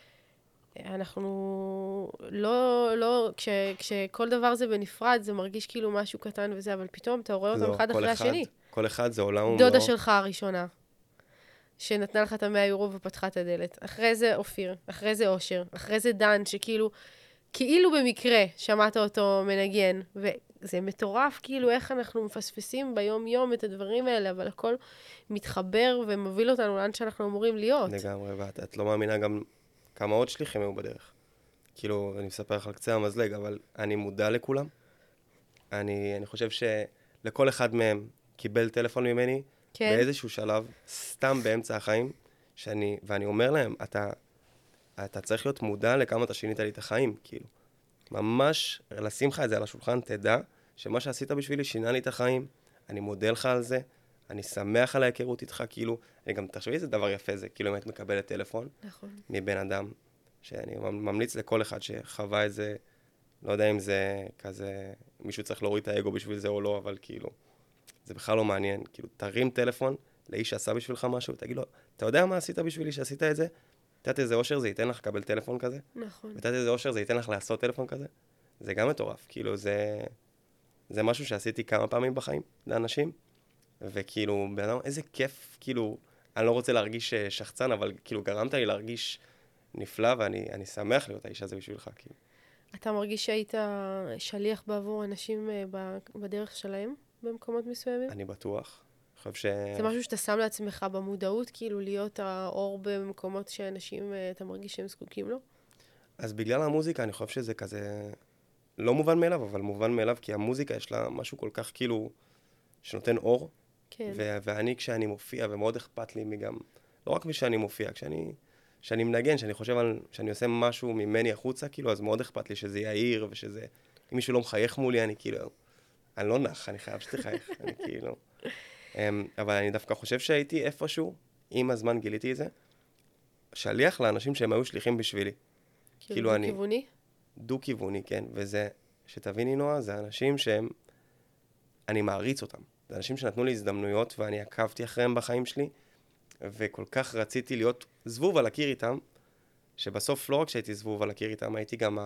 אנחנו לא, כשכל דבר זה בנפרד, זה מרגיש כאילו משהו קטן וזה, אבל פתאום אתה רואה אותם אחד אחרי השני. כל אחד זה עולם ומלואו. דודה שלך הראשונה, שנתנה לך את 100 יורו ופתחה את הדלת. אחרי זה אופיר, אחרי זה אושר, אחרי זה דן, שכאילו, כאילו במקרה שמעת אותו מנגן, וזה מטורף כאילו איך אנחנו מפספסים ביום יום את הדברים האלה, אבל הכל מתחבר ומוביל אותנו לאן שאנחנו אמורים להיות. לגמרי, ואת לא מאמינה גם כמה עוד שליחים היו בדרך. כאילו, אני מספר לך על קצה המזלג, אבל אני מודע לכולם. אני חושב שלכל אחד מהם קיבל טלפון ממני, כן. באיזשהו שלב, סתם באמצע החיים, ואני אומר להם, אתה צריך להיות מודע לכמה אתה שינית לי את החיים, כאילו. ממש לשים לך את זה על השולחן, תדע שמה שעשית בשבילי שינה לי את החיים, אני מודה לך על זה, אני שמח על ההיכרות איתך, כאילו, אני גם תחשבי איזה דבר יפה זה, כאילו, אם את מקבלת טלפון, נכון. מבן אדם, שאני ממליץ לכל אחד שחווה את זה, לא יודע אם זה כזה, מישהו צריך להוריד את האגו בשביל זה או לא, אבל כאילו, זה בכלל לא מעניין, כאילו, תרים טלפון לאיש שעשה בשבילך משהו, תגיד לו, אתה יודע מה עשית בשבילי שעשית את זה? תת איזה אושר זה ייתן לך לקבל טלפון כזה? נכון. ותת איזה אושר זה ייתן לך לעשות טלפון כזה? זה גם מטורף, כאילו, זה משהו שעשיתי כמה פעמים בחיים לאנשים, וכאילו, באדם, איזה כיף, כאילו, אני לא רוצה להרגיש שחצן, אבל כאילו, גרמת לי להרגיש נפלא, ואני שמח להיות האיש הזה בשבילך, כאילו. אתה מרגיש שהיית שליח בעבור אנשים בדרך שלהם במקומות מסוימים? אני בטוח. זה משהו שאתה שם לעצמך במודעות, כאילו להיות האור במקומות שאנשים, אתה מרגיש שהם זקוקים לו? אז בגלל המוזיקה, אני חושב שזה כזה, לא מובן מאליו, אבל מובן מאליו, כי המוזיקה יש לה משהו כל כך כאילו, שנותן אור. כן. ואני כשאני מופיע, ומאוד אכפת לי מגם, לא רק כשאני מופיע, כשאני מנגן, שאני חושב שאני עושה משהו ממני החוצה, כאילו, אז מאוד אכפת לי שזה יעיר, ושזה, אם מישהו לא מחייך מולי, אני כאילו, אני לא נח, אני חייב שתחייך, אני כאילו... אבל אני דווקא חושב שהייתי איפשהו, עם הזמן גיליתי את זה, שליח לאנשים שהם היו שליחים בשבילי. כאילו דו-כיווני? דו-כיווני, כן. וזה, שתביני נועה, זה אנשים שהם, אני מעריץ אותם. זה אנשים שנתנו לי הזדמנויות, ואני עקבתי אחריהם בחיים שלי, וכל כך רציתי להיות זבוב על הקיר איתם, שבסוף לא רק שהייתי זבוב על הקיר איתם,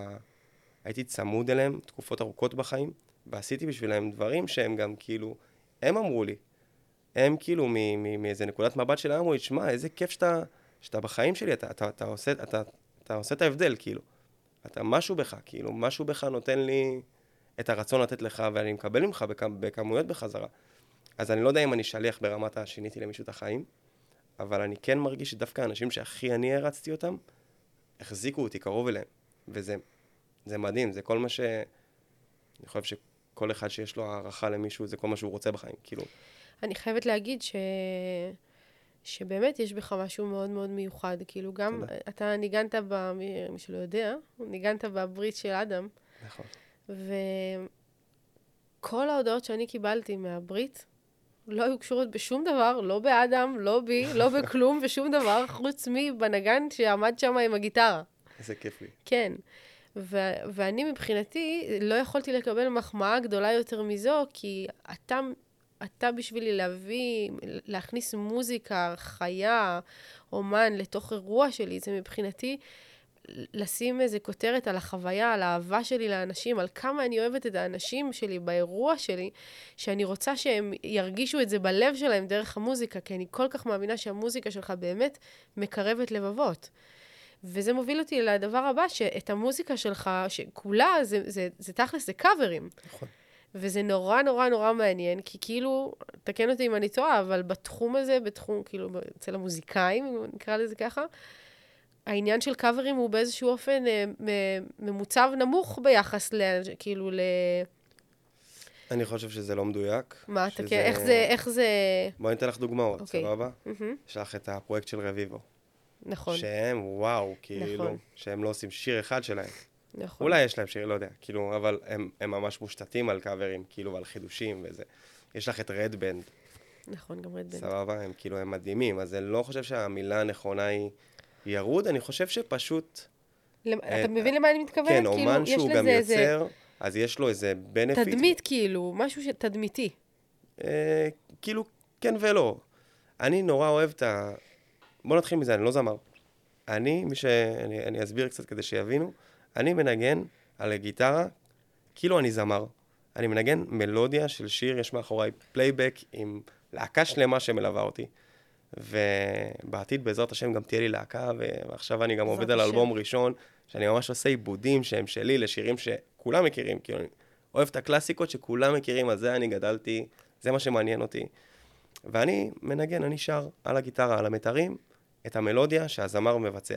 הייתי צמוד אליהם תקופות ארוכות בחיים, ועשיתי בשבילם דברים שהם גם כאילו, הם אמרו לי, הם כאילו מאיזה נקודת מבט שלהם אמרו לי, תשמע, איזה כיף שאתה בחיים שלי, אתה עושה את ההבדל, כאילו. אתה משהו בך, כאילו, משהו בך נותן לי את הרצון לתת לך, ואני מקבל ממך בכמויות בחזרה. אז אני לא יודע אם אני שליח ברמת השיניתי למישהו את החיים, אבל אני כן מרגיש שדווקא האנשים שהכי אני הרצתי אותם, החזיקו אותי קרוב אליהם. וזה מדהים, זה כל מה אני חושב שכל אחד שיש לו הערכה למישהו, זה כל מה שהוא רוצה בחיים, כאילו. אני חייבת להגיד שבאמת יש בך משהו מאוד מאוד מיוחד. כאילו גם, אתה ניגנת מי שלא יודע, ניגנת בברית של אדם. נכון. וכל ההודעות שאני קיבלתי מהברית, לא היו קשורות בשום דבר, לא באדם, לא בי, לא בכלום, בשום דבר, חוץ מבנגן שעמד שם עם הגיטרה. איזה כיף לי. כן. ואני מבחינתי לא יכולתי לקבל מחמאה גדולה יותר מזו, כי אתה בשבילי להכניס מוזיקה, חיה, אומן לתוך אירוע שלי, זה מבחינתי לשים איזה כותרת על החוויה, על האהבה שלי לאנשים, על כמה אני אוהבת את האנשים שלי באירוע שלי, שאני רוצה שהם ירגישו את זה בלב שלהם דרך המוזיקה, כי אני כל כך מאמינה שהמוזיקה שלך באמת מקרבת לבבות. וזה מוביל אותי לדבר הבא, שאת המוזיקה שלך, שכולה, זה תכלס, זה קאברים. נכון. וזה נורא נורא נורא מעניין, כי כאילו, תקן אותי אם אני טועה, אבל בתחום הזה, כאילו, אצל המוזיקאים, אם נקרא לזה ככה, העניין של קאברים הוא באיזשהו אופן ממוצב נמוך ביחס כאילו אני חושב שזה לא מדויק. מה, איך זה... בואי ניתן לך דוגמאות, אוקיי. סבבה? יש לך את הפרויקט של רביבו. נכון. שהם, וואו, כאילו, נכון. שהם לא עושים שיר אחד שלהם. נכון. אולי יש להם שיר, לא יודע, כאילו, אבל הם ממש מושתתים על קאברים, כאילו, ועל חידושים וזה. יש לך את רדבנד. נכון, גם רדבנד. סבבה, הם כאילו, הם מדהימים, אז אני לא חושב שהמילה הנכונה היא ירוד, אני חושב שפשוט... אתה מבין למה אני מתכוונת? כן, אומן שהוא גם יוצר, אז יש לו איזה בנפיט. תדמית כאילו, משהו תדמיתי. כאילו, כן ולא. אני נורא אוהב את ה... בוא נתחיל מזה, אני לא זמר. אני אסביר קצת כדי שיבינו, אני מנגן על הגיטרה, כאילו אני זמר. אני מנגן מלודיה של שיר, יש מאחוריי פלייבק עם להקה שלמה שמלווה אותי. ובעתיד בעזרת השם גם תהיה לי להקה, ועכשיו אני גם עובד על אלבום ראשון, שאני ממש עושה עיבודים שהם שלי לשירים שכולם מכירים, כאילו אני אוהב את הקלאסיקות שכולם מכירים, אז זה אני גדלתי, זה מה שמעניין אותי. ואני מנגן, אני שר על הגיטרה, על המתרים, את המלודיה שהזמר מבצע.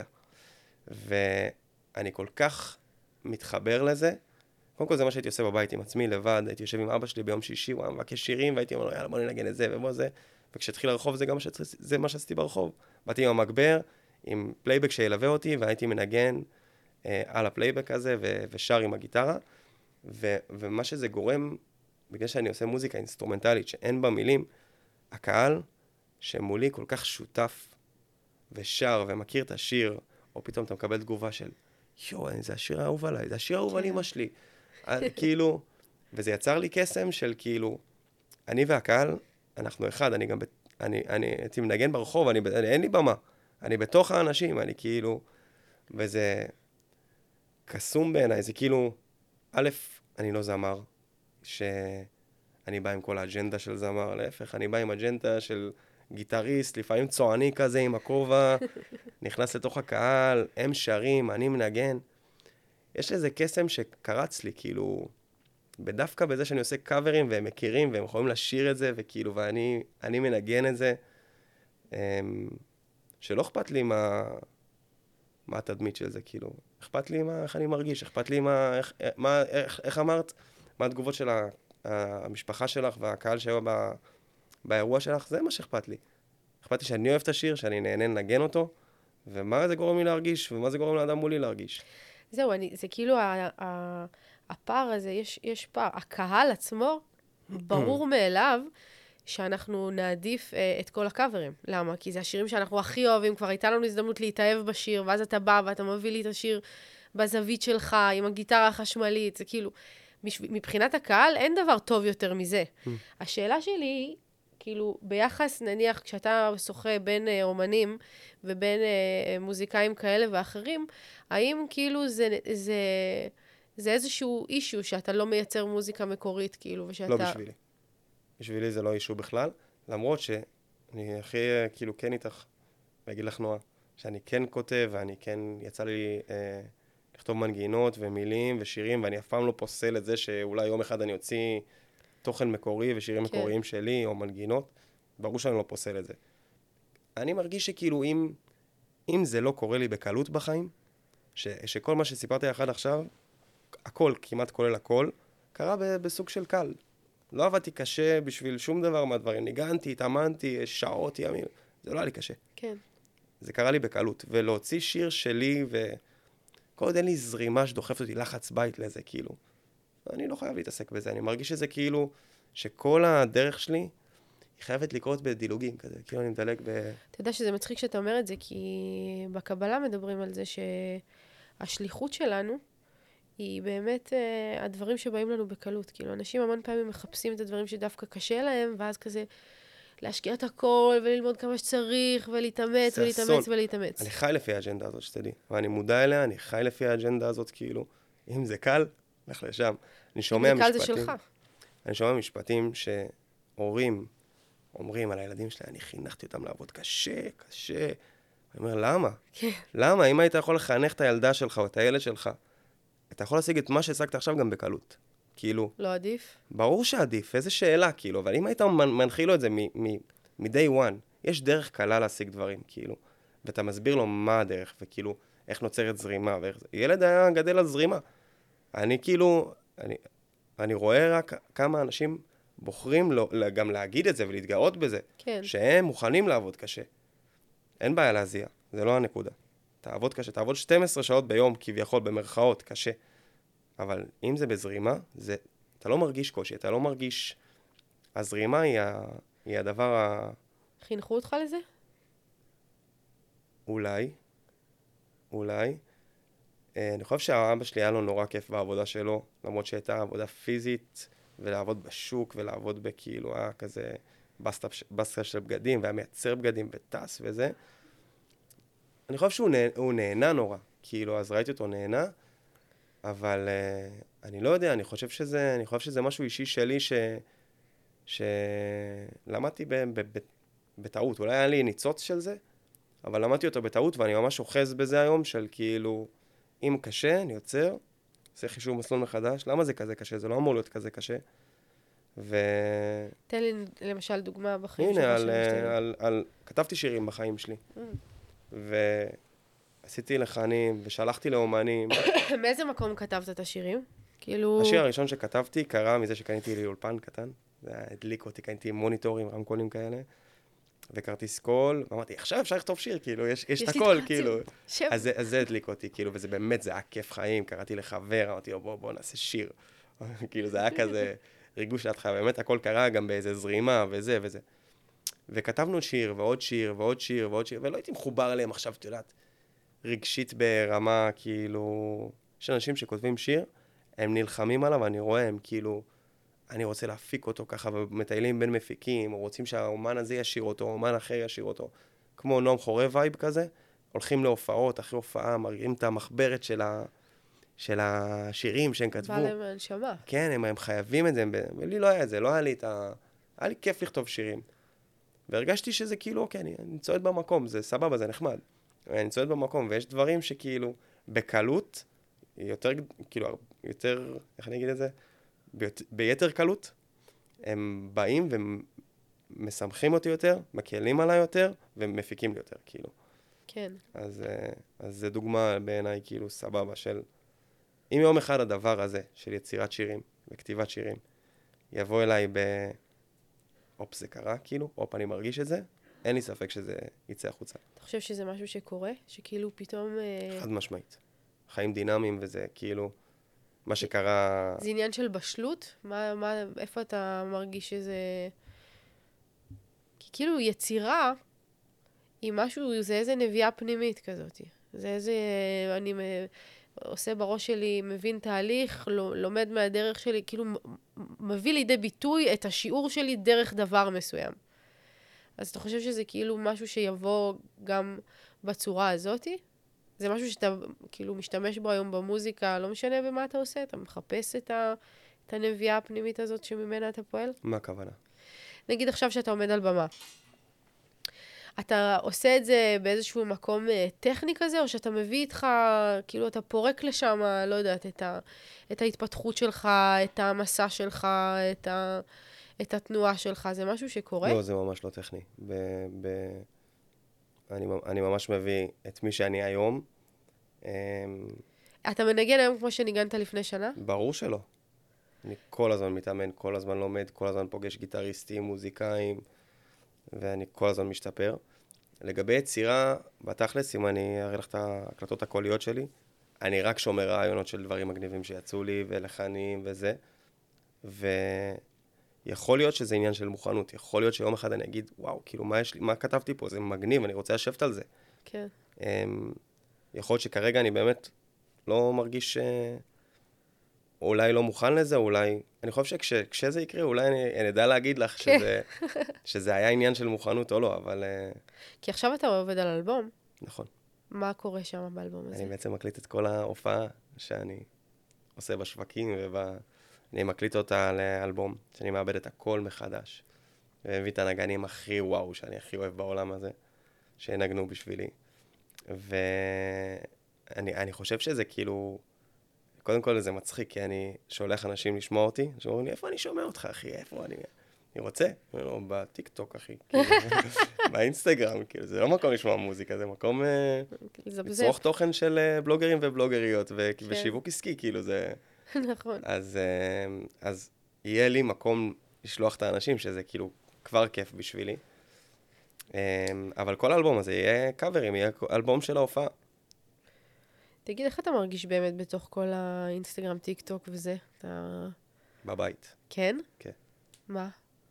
ואני כל כך מתחבר לזה. קודם כל זה מה שהייתי עושה בבית עם עצמי, לבד, הייתי יושב עם אבא שלי ביום שישי, הוא היה מבקש שירים, והייתי אומר לו, יאללה, בוא ננגן את זה ובוא זה. וכשהתחיל הרחוב זה מה שעשיתי ברחוב. באתי עם המגבר, עם פלייבק שילווה אותי, והייתי מנגן על הפלייבק הזה, ושר עם הגיטרה. ומה שזה גורם, בגלל שאני עושה מוזיקה אינסטרומנטלית, שאין בה מילים, הקהל שמולי כל כך שותף, ושר ומכיר את השיר, או פתאום אתה מקבל תגובה של, זה השיר האהוב עליי, זה השיר האהוב על אמא שלי. כאילו, וזה יצר לי קסם של כאילו, אני והקהל, אנחנו אחד, אני הייתי מנגן ברחוב, אין לי במה, אני בתוך האנשים, אני כאילו, וזה קסום בעיניי, זה כאילו, א', אני לא זמר, שאני בא עם כל האג'נדה של זמר, להפך, אני בא עם אג'נדה של גיטריסט, לפעמים צועני כזה עם הכובע, נכנס לתוך הקהל, הם שרים, אני מנגן. יש איזה קסם שקרץ לי, כאילו, בדווקא בזה שאני עושה קאברים והם מכירים והם יכולים לשיר את זה, וכאילו, ואני מנגן את זה, שלא אכפת לי מה התדמית של זה, כאילו, אכפת לי איך אני מרגיש, אכפת לי איך אמרת, מה התגובות של המשפחה שלך והקהל שהיו באירוע שלך, זה מה שאכפת לי. אכפת לי שאני אוהב את השיר, שאני נהנה לנגן אותו, ומה זה גורם לי להרגיש, ומה זה גורם לאדם מולי להרגיש. זהו, זה כאילו הפער הזה, יש פער. הקהל עצמו, ברור מאליו, שאנחנו נעדיף את כל הקאברים. למה? כי זה השירים שאנחנו הכי אוהבים, כבר הייתה לנו הזדמנות להתאהב בשיר, ואז אתה בא ואתה מביא לי את השיר בזווית שלך, עם הגיטרה החשמלית, זה כאילו, מבחינת הקהל אין דבר טוב יותר מזה. השאלה שלי היא, כאילו, ביחס, נניח, כשאתה שוחה בין אומנים ובין מוזיקאים כאלה ואחרים, האם כאילו זה איזשהו אישו שאתה לא מייצר מוזיקה מקורית, כאילו, ושאתה... לא בשבילי. בשבילי זה לא אישו בכלל, למרות שאני הכי, כאילו, כן איתך, ואגיד לך נועה, שאני כן כותב, ואני כן, יצא לי לכתוב מנגינות ומילים ושירים, ואני אף פעם לא פוסל את זה שאולי יום אחד אני אוציא תוכן מקורי ושירים מקוריים שלי, או מנגינות, ברור שאני לא פוסל את זה. אני מרגיש שכאילו אם זה לא קורה לי בקלות בחיים, שכל מה שסיפרתי לך עד עכשיו, הכל, כמעט כולל הכל, קרה בסוג של קל. לא עבדתי קשה בשביל שום דבר מהדברים. ניגנתי, התאמנתי, שעות, ימים. זה לא היה לי קשה. כן. זה קרה לי בקלות. ולהוציא שיר שלי, כל עוד אין לי זרימה שדוחפת אותי לחץ בית לזה, כאילו. אני לא חייב להתעסק בזה. אני מרגיש שזה כאילו, שכל הדרך שלי, היא חייבת לקרות בדילוגים כזה. כאילו אני מדלג אתה יודע שזה מצחיק שאתה אומר את זה, כי בקבלה מדברים על זה שהשליחות שלנו, היא באמת הדברים שבאים לנו בקלות. כאילו, אנשים המון פעמים מחפשים את הדברים שדווקא קשה להם, ואז כזה להשקיע את הכל, וללמוד כמה שצריך, ולהתאמץ, זה אסון. ולהתאמץ, ולהתאמץ. אני חי לפי האג'נדה הזאת, שתדעי. ואני מודע אליה, אני חי לפי האג'נדה הזאת, כאילו, אם זה קל, לך לשם. אני שומע אם זה קל זה משפטים, שלך. אני שומע משפטים שהורים אומרים על הילדים שלי, אני חינכתי אותם לעבוד קשה, קשה. אני אומר, למה? כן. למה? אם היית יכול לחנך את הילדה שלך או את הילד שלך, אתה יכול להשיג את מה שהשגת עכשיו גם בקלות. כאילו, לא עדיף? ברור שעדיף, איזה שאלה, כאילו, אבל אם היית מנחיל לו את זה מ-day one, יש דרך קלה להשיג דברים, כאילו, ואתה מסביר לו מה הדרך, וכאילו, איך נוצרת זרימה, ואיך זה. ילד היה גדל על זרימה. אני כאילו, אני רואה רק כמה אנשים בוחרים גם להגיד את זה ולהתגאות בזה, כן. שהם מוכנים לעבוד קשה. אין בעיה להזיע, זה לא הנקודה. תעבוד קשה, תעבוד 12 שעות ביום, כביכול, במרכאות, קשה. אבל אם זה בזרימה, אתה לא מרגיש קושי, אתה לא מרגיש... הזרימה היא הדבר חינכו אותך לזה? אולי. אני חושב שהאבא שלי היה לו נורא כיף בעבודה שלו, למרות שהייתה עבודה פיזית, ולעבוד בשוק, ולעבוד בכאילו, היה כזה בסטה של בגדים, והיה מייצר בגדים וטס וזה. אני חושב שהוא נהנה נורא, כאילו, אז ראיתי אותו נהנה, אבל אני לא יודע, אני חושב שזה משהו אישי שלי שלמדתי בטעות. אולי היה לי ניצוץ של זה, אבל למדתי אותו בטעות, ואני ממש אוחז בזה היום, של כאילו, אם קשה, אני יוצר, עושה חישוב מסלול מחדש, למה זה כזה קשה? זה לא אמור להיות כזה קשה. תן לי למשל דוגמה בחיים הנה, כתבתי שירים בחיים שלי. ועשיתי לחנים, ושלחתי לאומנים. מאיזה מקום כתבת את השירים? כאילו... השיר הראשון שכתבתי קרה מזה שקניתי לי אולפן קטן. זה הדליק אותי, קניתי מוניטורים, רמקולים כאלה. וכרטיס קול, ואמרתי, עכשיו אפשר לכתוב שיר, כאילו, יש את הכל, כאילו. אז זה הדליק אותי, כאילו, וזה באמת, זה היה כיף חיים. קראתי לחבר, אמרתי לו, בוא נעשה שיר. כאילו, זה היה כזה ריגוש לידך, באמת הכל קרה גם באיזה זרימה, וזה. וכתבנו שיר, ועוד שיר, ועוד שיר, ועוד שיר, ולא הייתי מחובר אליהם עכשיו, את יודעת, רגשית ברמה, כאילו... יש אנשים שכותבים שיר, הם נלחמים עליו, אני רואה, הם כאילו... אני רוצה להפיק אותו ככה, ומטיילים בין מפיקים, או רוצים שהאומן הזה ישיר אותו, או אומן אחר ישיר אותו. כמו נועם חורב וייב כזה, הולכים להופעות, אחרי הופעה, מראים את המחברת של השירים שהם כתבו. בא להם הנשמה. כן, הם חייבים את זה, ולי לא היה את זה, לא היה לי היה לי כיף לכתוב שירים. והרגשתי שזה כאילו, אוקיי, אני צועד במקום, זה סבבה, זה נחמד. אני צועד במקום, ויש דברים שכאילו, בקלות, יותר, כאילו, יותר, איך אני אגיד את זה? ביתר קלות, הם באים ומשמחים אותי יותר, מקלים עליי יותר, ומפיקים לי יותר, כאילו. כן. אז זה דוגמה בעיניי, כאילו, סבבה, של... אם יום אחד הדבר הזה, של יצירת שירים וכתיבת שירים, יבוא אליי אופ, זה קרה, כאילו, אופ, אני מרגיש את זה, אין לי ספק שזה יצא החוצה. אתה חושב שזה משהו שקורה? שכאילו פתאום... חד משמעית. חיים דינמיים וזה, כאילו... מה שקרה... זה עניין של בשלות? איפה אתה מרגיש שזה... כי כאילו יצירה היא משהו, זה איזה נביאה פנימית כזאת. זה איזה... אני עושה בראש שלי, מבין תהליך, לומד מהדרך שלי, כאילו מביא לידי ביטוי את השיעור שלי דרך דבר מסוים. אז אתה חושב שזה כאילו משהו שיבוא גם בצורה הזאת? זה משהו שאתה כאילו משתמש בו היום במוזיקה, לא משנה במה אתה עושה, אתה מחפש את הנביאה הפנימית הזאת שממנה אתה פועל? מה הכוונה? נגיד עכשיו שאתה עומד על במה. אתה עושה את זה באיזשהו מקום טכני כזה, או שאתה מביא איתך, כאילו אתה פורק לשם, לא יודעת, את ההתפתחות שלך, את המסע שלך, את התנועה שלך, זה משהו שקורה? לא, זה ממש לא טכני. אני ממש מביא את מי שאני היום. אתה מנגן היום כמו שניגנת לפני שנה? ברור שלא. אני כל הזמן מתאמן, כל הזמן לומד, כל הזמן פוגש גיטריסטים, מוזיקאים, ואני כל הזמן משתפר. לגבי יצירה, בתכלס, אם אני אראה לך את ההקלטות הקוליות שלי, אני רק שומר רעיונות של דברים מגניבים שיצאו לי, ולחנים וזה. ויכול להיות שזה עניין של מוכנות. יכול להיות שיום אחד אני אגיד, וואו, כאילו, מה כתבתי פה? זה מגניב, אני רוצה לשבת על זה. כן. יכול להיות שכרגע אני באמת לא מרגיש אולי לא מוכן לזה, אולי... אני חושב שכשזה יקרה, אולי אני אדע להגיד לך שזה היה עניין של מוכנות או לא, אבל... כי עכשיו אתה עובד על אלבום. נכון. מה קורה שם באלבום הזה? אני בעצם מקליט את כל ההופעה שאני עושה בשווקים, אני מקליט אותה לאלבום, שאני מאבד את הכל מחדש. ומביא את הנגנים הכי וואו, שאני הכי אוהב בעולם הזה, שנגנו בשבילי. ואני חושב שזה כאילו... קודם כל זה מצחיק, כי אני שולח אנשים לשמוע אותי, שאומרים לי, איפה אני שומע אותך, אחי? איפה אני רוצה? בטיקטוק, אחי. באינסטגרם, כאילו, זה לא מקום לשמוע מוזיקה, זה מקום לצרוך תוכן של בלוגרים ובלוגריות, ושיווק עסקי, כאילו, זה... נכון. אז יהיה לי מקום לשלוח את האנשים, שזה כאילו כבר כיף בשבילי. אבל כל האלבום הזה יהיה קאברים, יהיה אלבום של ההופעה. תגיד, איך אתה מרגיש באמת בתוך כל האינסטגרם, טיק טוק וזה? בבית. כן? כן. מה?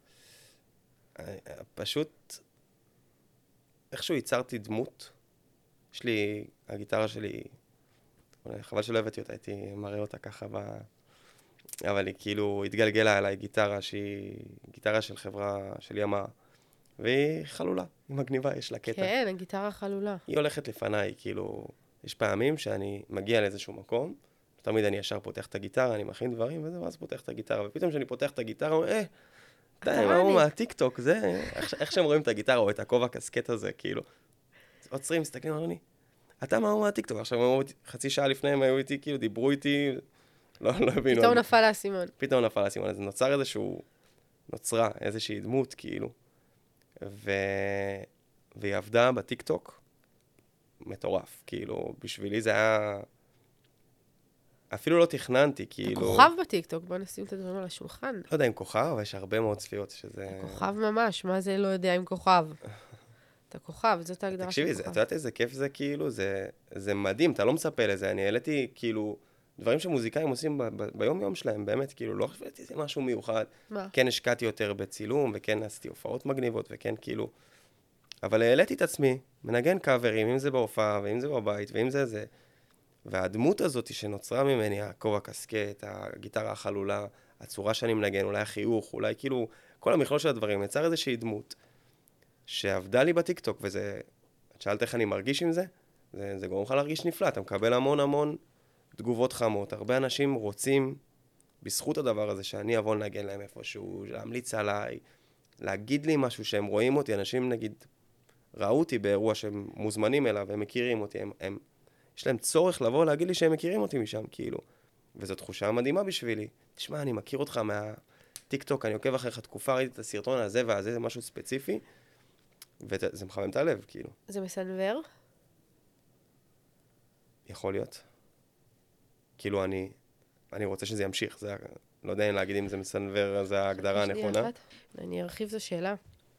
פשוט, איכשהו ייצרתי דמות. יש לי, הגיטרה שלי, חבל שלא הבאתי אותה, הייתי מראה אותה ככה אבל היא כאילו התגלגלה עליי גיטרה שהיא גיטרה של חברה של ימה, והיא חלולה, היא מגניבה, יש לה קטע. כן, הגיטרה חלולה. היא הולכת לפניי, כאילו, יש פעמים שאני מגיע לאיזשהו מקום, תמיד אני ישר פותח את הגיטרה, אני מכין דברים וזה, ואז פותח את הגיטרה, ופתאום כשאני פותח את הגיטרה, אומר, די, מה הוא מהטיקטוק, זה, איך שהם רואים את הגיטרה, או את הכובע קסקט הזה, כאילו, עוצרים, מסתכלים, אמרו לי, אתה מה הוא מהטיקטוק? עכשיו, חצי שעה לפני הם היו איתי, כאילו, דיברו איתי, לא הבינו. פתאום נפל האסימון. פתאום נפל האסימון, אז נוצר נוצרה איזושהי דמות, כאילו, והיא עבדה בטיקטוק, מטורף, כאילו, בשבילי זה היה... אפילו לא תכננתי, כאילו... אתה כוכב בטיקטוק, בוא נשים את הדברים על השולחן. לא יודע אם כוכב, אבל יש הרבה מאוד צפיות שזה... אתה כוכב ממש, מה זה לא יודע אם כוכב? אתה כוכב, זאת ההגדרה של כוכב. תקשיבי, את יודעת איזה כיף זה, כאילו, זה מדהים, אתה לא מצפה לזה, אני העליתי, כאילו, דברים שמוזיקאים עושים ביום-יום שלהם, באמת, כאילו, לא חשבתי זה משהו מיוחד. מה? כן השקעתי יותר בצילום, וכן עשיתי הופעות מגניבות, וכן, כאילו... אבל העליתי את עצמי, מנגן קאברים, אם זה בהופעה, ואם זה בבית, ואם זה זה. והדמות הזאת שנוצרה ממני, הכובע קסקט, הגיטרה החלולה, הצורה שאני מנגן, אולי החיוך, אולי כאילו, כל המכלול של הדברים, יצר איזושהי דמות שעבדה לי בטיקטוק, וזה, את שאלת איך אני מרגיש עם זה? זה גורם לך להרגיש נפלא, אתה מקבל המון תגובות חמות, הרבה אנשים רוצים, בזכות הדבר הזה, שאני אבוא לנגן להם איפשהו, להמליץ עליי, להגיד לי משהו שהם רואים אותי, אנשים נגיד, ראו אותי באירוע שהם מוזמנים אליו, הם מכירים אותי, יש להם צורך לבוא להגיד לי שהם מכירים אותי משם, כאילו. וזו תחושה מדהימה בשבילי. תשמע, אני מכיר אותך מהטיקטוק, אני עוקב אחריך תקופה, ראיתי את הסרטון הזה והזה, זה משהו ספציפי, וזה מחמם את הלב, כאילו. זה מסנבר? יכול להיות. כאילו, אני רוצה שזה ימשיך, זה, לא יודע אם להגיד אם זה מסנבר, זה ההגדרה הנכונה. אני ארחיב את השאלה.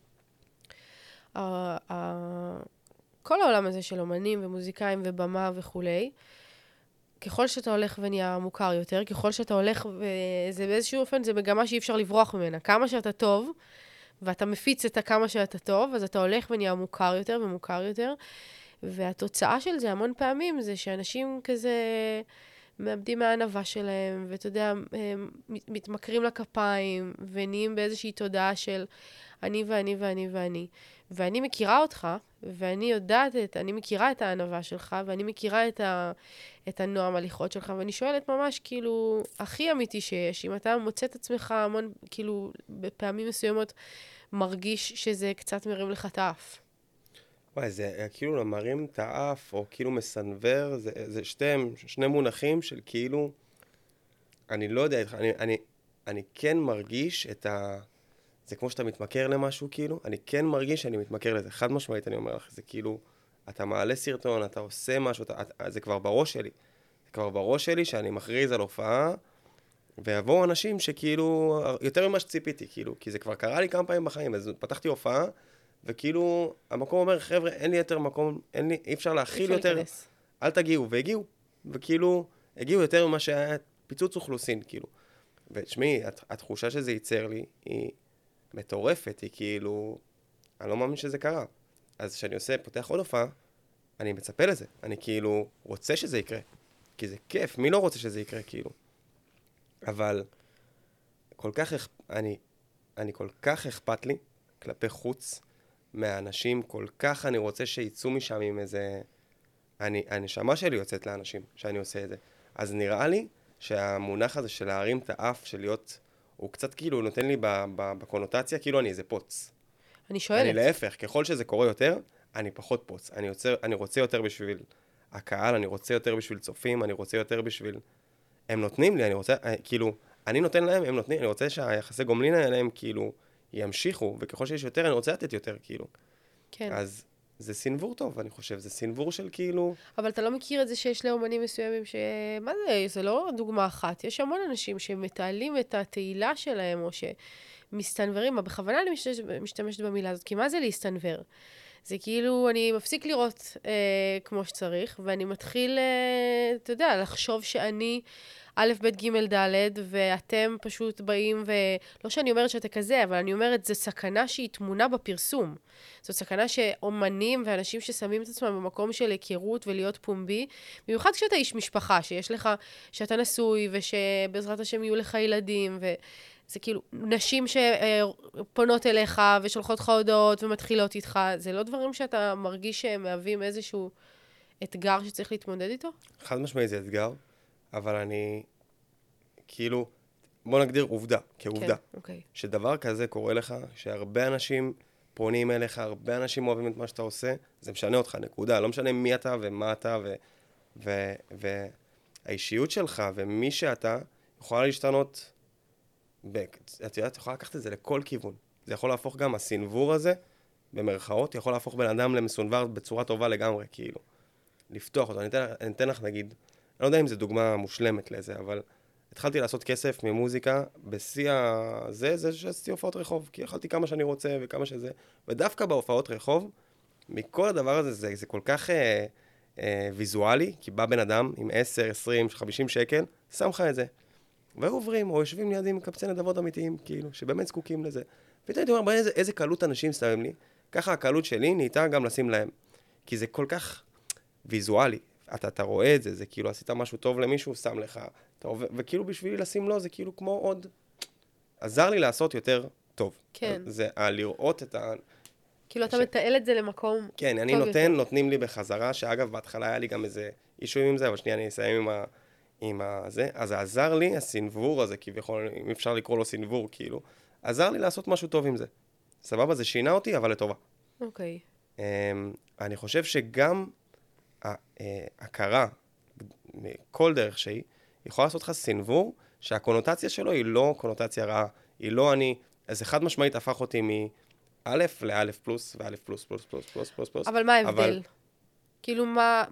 כל העולם הזה של אומנים ומוזיקאים ובמה וכולי, ככל שאתה הולך ונהיה מוכר יותר, ככל שאתה הולך, וזה באיזשהו אופן, זה מגמה שאי אפשר לברוח ממנה. כמה שאתה טוב, ואתה מפיץ את כמה שאתה טוב, אז אתה הולך ונהיה מוכר יותר ומוכר יותר, והתוצאה של זה המון פעמים זה שאנשים כזה מאבדים מהענווה שלהם, ואתה יודע, מתמכרים לכפיים, ונהיים באיזושהי תודעה של אני ואני ואני ואני. ואני מכירה אותך, ואני יודעת, אני מכירה את הענווה שלך, ואני מכירה את הנועם הליכות שלך, ואני שואלת ממש, כאילו, הכי אמיתי שיש, אם אתה מוצא את עצמך המון, כאילו, בפעמים מסוימות, מרגיש שזה קצת מרים לך את האף. וואי, זה כאילו מרים את האף, או כאילו מסנבר, זה שני מונחים של כאילו, אני לא יודע, אני כן מרגיש את זה כמו שאתה מתמכר למשהו, כאילו, אני כן מרגיש שאני מתמכר לזה. חד משמעית, אני אומר לך, זה כאילו, אתה מעלה סרטון, אתה עושה משהו, זה כבר בראש שלי. זה כבר בראש שלי שאני מכריז על הופעה, ויבואו אנשים שכאילו, יותר ממה שציפיתי, כאילו, כי זה כבר קרה לי כמה פעמים בחיים, אז פתחתי הופעה, וכאילו, המקום אומר, חבר'ה, אין לי יותר מקום, אי אפשר להכיל יותר, אל תגיעו, והגיעו. וכאילו, הגיעו יותר ממה שהיה פיצוץ אוכלוסין, כאילו. ושמעי, התחושה שזה ייצר לי, היא מטורפת, היא כאילו, אני לא מאמין שזה קרה. אז כשאני פותח עוד הופעה, אני מצפה לזה. אני כאילו רוצה שזה יקרה. כי זה כיף, מי לא רוצה שזה יקרה, כאילו? אבל אני כל כך אכפת לי כלפי חוץ מהאנשים, כל כך אני רוצה שיצאו משם עם איזה... הנשמה שלי יוצאת לאנשים שאני עושה את זה. אז נראה לי שהמונח הזה של להרים את האף, של להיות, הוא קצת כאילו נותן לי בקונוטציה, כאילו אני איזה פוץ. אני שואלת. אני להפך, ככל שזה קורה יותר, אני פחות פוץ. אני רוצה יותר בשביל הקהל, אני רוצה יותר בשביל צופים, אני רוצה יותר בשביל... הם נותנים לי, אני רוצה, כאילו, אני נותן להם, הם נותנים, אני רוצה שהיחסי גומלין האלה הם כאילו ימשיכו, וככל שיש יותר, אני רוצה לתת יותר, כאילו. כן. אז זה סינבור טוב, אני חושב, זה סינבור של כאילו... אבל אתה לא מכיר את זה שיש לאומנים מסוימים ש... מה זה? זה לא דוגמה אחת. יש המון אנשים שמתעלים את התהילה שלהם, או שמסתנברים. בכוונה אני משתמשת במילה הזאת, כי מה זה להסתנבר? זה כאילו, אני מפסיק לראות כמו שצריך, ואני מתחיל, אתה יודע, לחשוב שאני א', ב', ג', ד', ואתם פשוט באים לא שאני אומרת שאתה כזה, אבל אני אומרת, זו סכנה שהיא תמונה בפרסום. זו סכנה שאומנים ואנשים ששמים את עצמם במקום של היכרות ולהיות פומבי, במיוחד כשאתה איש משפחה, שיש לך, שאתה נשוי, ושבעזרת השם יהיו לך ילדים, זה כאילו, נשים שפונות אליך ושולחות לך הודעות ומתחילות איתך, זה לא דברים שאתה מרגיש שהם מהווים איזשהו אתגר שצריך להתמודד איתו? חד משמעי זה אתגר, אבל אני, כאילו, בוא נגדיר עובדה, כעובדה. כן, אוקיי. שדבר כזה קורה לך, שהרבה אנשים פונים אליך, הרבה אנשים אוהבים את מה שאתה עושה, זה משנה אותך, נקודה. לא משנה מי אתה ומה אתה, והאישיות שלך ומי שאתה יכולה להשתנות, את יודעת, יכולה לקחת את זה לכל כיוון. זה יכול להפוך גם, הסינבור הזה, במרכאות, יכול להפוך בן אדם למסונבר בצורה טובה לגמרי, כאילו. לפתוח אותו. אני אתן לך, נגיד, אני לא יודע אם זו דוגמה מושלמת לזה, אבל התחלתי לעשות כסף ממוזיקה בשיא זה שעשיתי הופעות רחוב, כי יכלתי כמה שאני רוצה וכמה שזה, ודווקא בהופעות רחוב, מכל הדבר הזה, זה כל כך ויזואלי, כי בא בן אדם עם 10, 20, 50 שקל, שם לך את זה. והיו עוברים, או יושבים לידי מקבצי נדבות אמיתיים, כאילו, שבאמת זקוקים לזה. פתאום הייתי אומר, איזה קלות אנשים שמים לי, ככה הקלות שלי נהייתה גם לשים להם. כי זה כל כך ויזואלי. אתה רואה את זה, זה כאילו עשית משהו טוב למישהו, שם לך. וכאילו בשבילי לשים לו, זה כאילו כמו עוד... עזר לי לעשות יותר טוב. כן. זה לראות את ה... כאילו אתה מתעל את זה למקום טוב יותר. כן, אני נותנים לי בחזרה, שאגב, בהתחלה היה לי גם איזה אישויים עם זה, אבל שנייה אני אסיים עם זה. אז זה עזר לי, הסינבור הזה, כביכול, אם אפשר לקרוא לו סינבור, כאילו, עזר לי לעשות משהו טוב עם זה. סבבה, זה שינה אותי, אבל לטובה. אוקיי. אני חושב שגם ההכרה, מכל דרך שהיא, יכולה לעשות לך סינבור, שהקונוטציה שלו היא לא קונוטציה רעה. היא לא אז אחד משמעית הפך אותי מא' לא' פלוס, וא' פלוס פלוס פלוס פלוס פלוס פלוס. אבל מה ההבדל? כאילו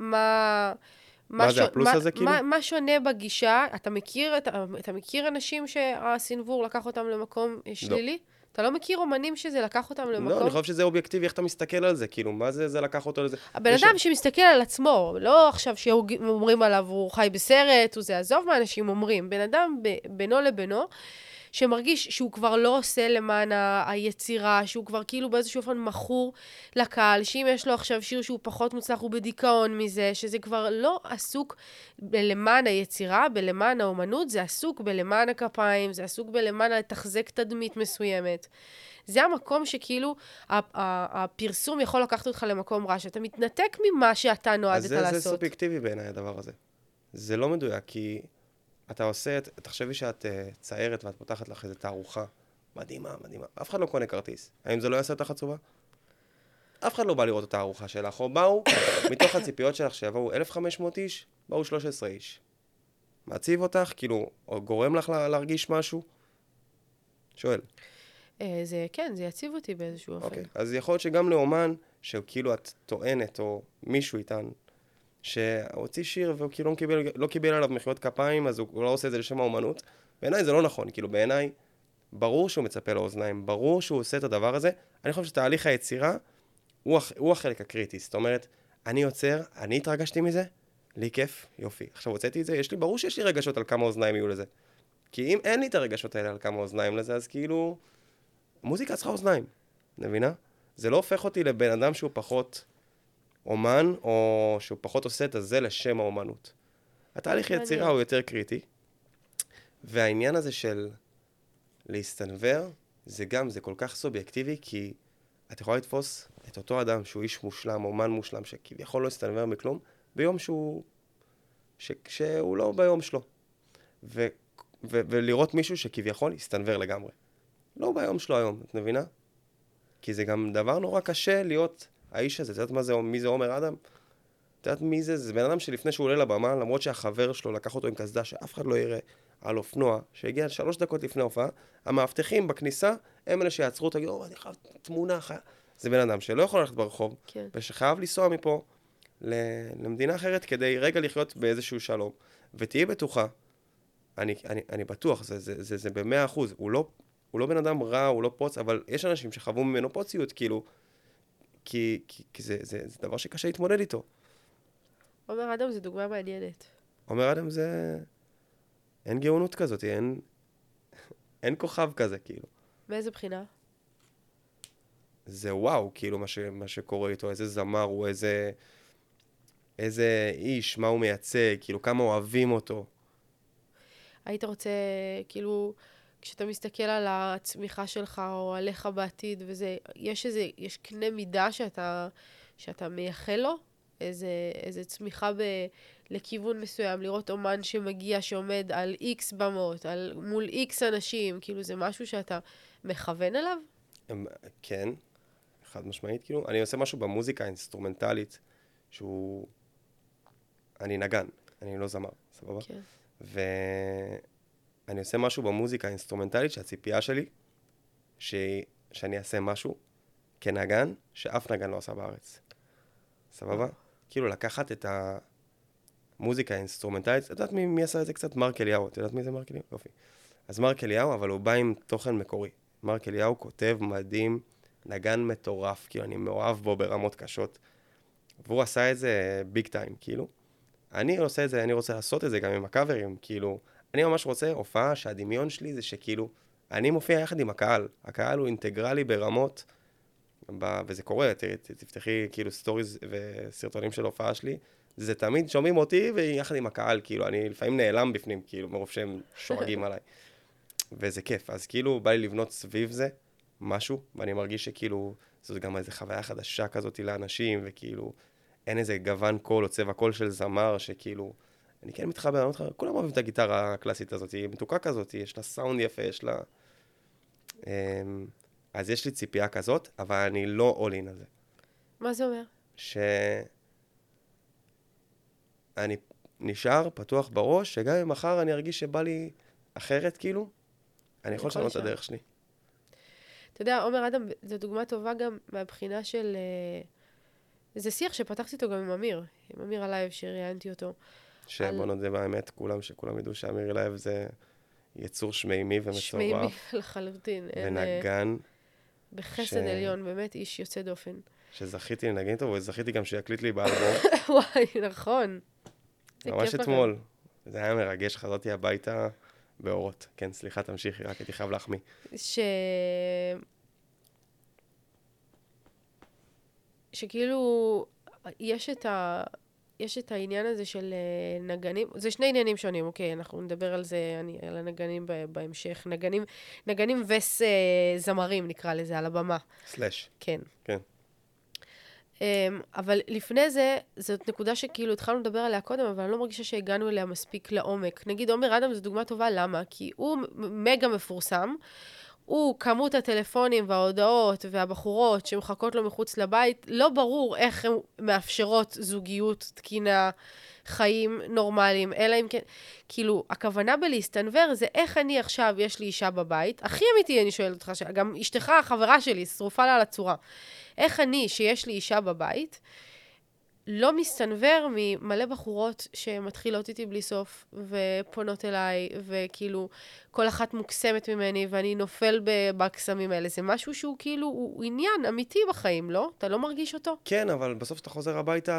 מה זה הפלוס הזה, כאילו? מה שונה בגישה? אתה מכיר אנשים שהסינבור לקח אותם למקום שלילי? אתה לא מכיר אומנים שזה לקח אותם למקום? לא, אני חושב שזה אובייקטיבי, איך אתה מסתכל על זה, כאילו, מה זה לקח אותו לזה? הבן אדם שמסתכל על עצמו, לא עכשיו שאומרים עליו, הוא חי בסרט, הוא זה, עזוב מה אנשים אומרים, בן אדם בינו לבינו, שמרגיש שהוא כבר לא עושה למען היצירה, שהוא כבר כאילו באיזשהו אופן מכור לקהל, שאם יש לו עכשיו שיר שהוא פחות מוצלח, הוא בדיכאון מזה, שזה כבר לא עסוק בלמען היצירה, בלמען האומנות, זה עסוק בלמען הכפיים, זה עסוק בלמען לתחזק תדמית מסוימת. זה המקום שכאילו הפרסום יכול לקחת אותך למקום רע, שאתה מתנתק ממה שאתה נועדת לעשות. אז זה סובייקטיבי בעיניי הדבר הזה. זה לא מדויק, כי אתה עושה, תחשבי שאת ציירת ואת פותחת לך איזו תערוכה. מדהימה, מדהימה. אף אחד לא קונה כרטיס. האם זה לא יעשה אותך עצובה? אף אחד לא בא לראות את התערוכה שלך, או באו, מתוך הציפיות שלך שיבואו 1,500 איש, באו 13 איש. מעציב אותך, כאילו, או גורם לך להרגיש משהו? שואל. כן, זה יציב אותי באיזשהו אופן. אוקיי, אז יכול להיות שגם לאומן, שכאילו את טוענת, או מישהו איתן, שהוציא שיר והוא כאילו לא קיבל עליו מחיאות כפיים, אז הוא לא עושה את זה לשם האומנות. בעיניי זה לא נכון, כאילו בעיניי, ברור שהוא מצפה לאוזניים, ברור שהוא עושה את הדבר הזה. אני חושב שתהליך היצירה הוא החלק הקריטי. זאת אומרת, אני יוצר, אני התרגשתי מזה, לי כיף, יופי. עכשיו הוצאתי את זה, ברור שיש לי רגשות על כמה אוזניים יהיו לזה. כי אם אין לי את הרגשות האלה על כמה אוזניים לזה, אז כאילו, מוזיקה צריכה אוזניים, מבינה? זה לא הופך אותי לבן אדם שהוא פחות אומן, או שהוא פחות עושה את זה לשם האומנות. התהליך יצירה הוא יותר קריטי, והעניין הזה של להסתנוור, זה כל כך סובייקטיבי, כי את יכולה לתפוס את אותו אדם שהוא איש מושלם, אומן מושלם, שכביכול לא הסתנוור מכלום, ביום שהוא לא ביום שלו. ולראות מישהו שכביכול הסתנוור לגמרי. לא ביום שלו היום, את מבינה? כי זה גם דבר נורא קשה להיות האיש הזה. את יודעת מי זה עומר אדם? את יודעת מי זה? זה בן אדם שלפני שהוא עולה לבמה, למרות שהחבר שלו לקח אותו עם קסדה שאף אחד לא יראה, על אופנוע, שהגיע 3 דקות לפני הופעה, המאבטחים בכניסה, הם אלה שיעצרו אותו, יגידו, אני חייב תמונה אחת. זה בן אדם שלא יכול ללכת ברחוב, כן. ושחייב לנסוע מפה למדינה אחרת כדי רגע לחיות באיזשהו שלום. ותהיי בטוחה, אני בטוח, זה ב100%. הוא לא בן אדם רע, הוא לא פוץ, אבל יש אנשים שחוו ממנו פוציות, כאילו, כי זה דבר שקשה להתמודד איתו. עומר אדם זה דוגמה מעניינת. עומר אדם זה... אין גאונות כזאת, אין כוכב כזה, כאילו. מאיזה בחינה? זה וואו, כאילו, מה שקורה איתו, איזה זמר הוא, איזה איש, מה הוא מייצג, כאילו, כמה אוהבים אותו. היית רוצה, כאילו, כשאתה מסתכל על הצמיחה שלך או עליך בעתיד, וזה, יש קנה מידה שאתה מייחל לו? איזה צמיחה לכיוון מסוים, לראות אומן שמגיע, שעומד על X במות, מול X אנשים, כאילו זה משהו שאתה מכוון אליו? כן, חד משמעית, כאילו. אני עושה משהו במוזיקה האינסטרומנטלית, אני נגן, אני לא זמר, סבבה? כן. ואני עושה משהו במוזיקה האינסטרומנטלית, שהציפייה שלי, שאני אעשה משהו כנגן, שאף נגן לא עשה בארץ. סבבה? כאילו לקחת את המוזיקה האינסטרומנטלית, את יודעת מי עשה את זה קצת? מרק אליהו, את יודעת מי זה מרק אליהו? יופי. אז מרק אליהו, אבל הוא בא עם תוכן מקורי. מרק אליהו כותב מדהים, נגן מטורף, כאילו אני מאוהב בו ברמות קשות. והוא עשה את זה ביג טיים, כאילו. אני עושה את זה, אני רוצה לעשות את זה גם עם הקאברים, כאילו. אני ממש רוצה הופעה שהדמיון שלי זה שכאילו, אני מופיע יחד עם הקהל. הקהל הוא אינטגרלי ברמות, וזה קורה, תפתחי כאילו סטוריז וסרטונים של הופעה שלי, זה תמיד שומעים אותי ויחד עם הקהל, כאילו, אני לפעמים נעלם בפנים, כאילו, מרוב שהם שואגים עליי. וזה כיף, אז כאילו, בא לי לבנות סביב זה משהו, ואני מרגיש שכאילו, זאת גם איזו חוויה חדשה כזאת לאנשים, וכאילו, אין איזה גוון קול או צבע קול של זמר, שכאילו, אני כן מתחבר, כולם אוהבים את הגיטרה הקלאסית הזאת, היא מתוקה כזאת, יש לה סאונד יפה, יש לה... אז יש לי ציפייה כזאת, אבל אני לא all in על זה. מה זה אומר? שאני נשאר פתוח בראש, שגם אם מחר אני ארגיש שבא לי אחרת, כאילו, אני יכול לשנות את הדרך שלי. אתה יודע, עומר אדם, זו דוגמה טובה גם מהבחינה של... זה שיח שפתחתי אותו גם עם אמיר. עם אמיר הלייב שראיינתי אותו. שבוא נודה באמת, שכולם ידעו שאמיר הלייב זה יצור שמימי ומצורף. שמימי לחלוטין. ונגן. בחסד עליון, באמת איש יוצא דופן. שזכיתי לנגן איתו, וזכיתי גם שיקליט לי באלבום. וואי, נכון. ממש אתמול. זה היה מרגש, חזרתי הביתה באורות. כן, סליחה, תמשיכי, רק הייתי חייב להחמיא. שכאילו, יש את העניין הזה של נגנים, זה שני עניינים שונים, אוקיי, אנחנו נדבר על זה, על הנגנים בהמשך, נגנים וזמרים נקרא לזה, על הבמה. סלש. כן. כן. אבל לפני זה, זאת נקודה שכאילו התחלנו לדבר עליה קודם, אבל אני לא מרגישה שהגענו אליה מספיק לעומק. נגיד, עומר אדם זו דוגמה טובה, למה? כי הוא מגה מפורסם, הוא כמות הטלפונים וההודעות והבחורות שמחכות לו מחוץ לבית, לא ברור איך הן מאפשרות זוגיות, תקינה, חיים נורמליים, אלא אם כן, כאילו, הכוונה בלהסתנוור זה איך אני עכשיו, יש לי אישה בבית, הכי אמיתי אני שואלת אותך, גם אשתך, החברה שלי, שרופה לה על הצורה, איך אני, שיש לי אישה בבית, לא מסתנוור ממלא בחורות שמתחילות איתי בלי סוף, ופונות אליי, וכאילו, כל אחת מוקסמת ממני, ואני נופל בקסמים האלה. זה משהו שהוא כאילו, הוא עניין אמיתי בחיים, לא? אתה לא מרגיש אותו? כן, אבל בסוף שאתה חוזר הביתה,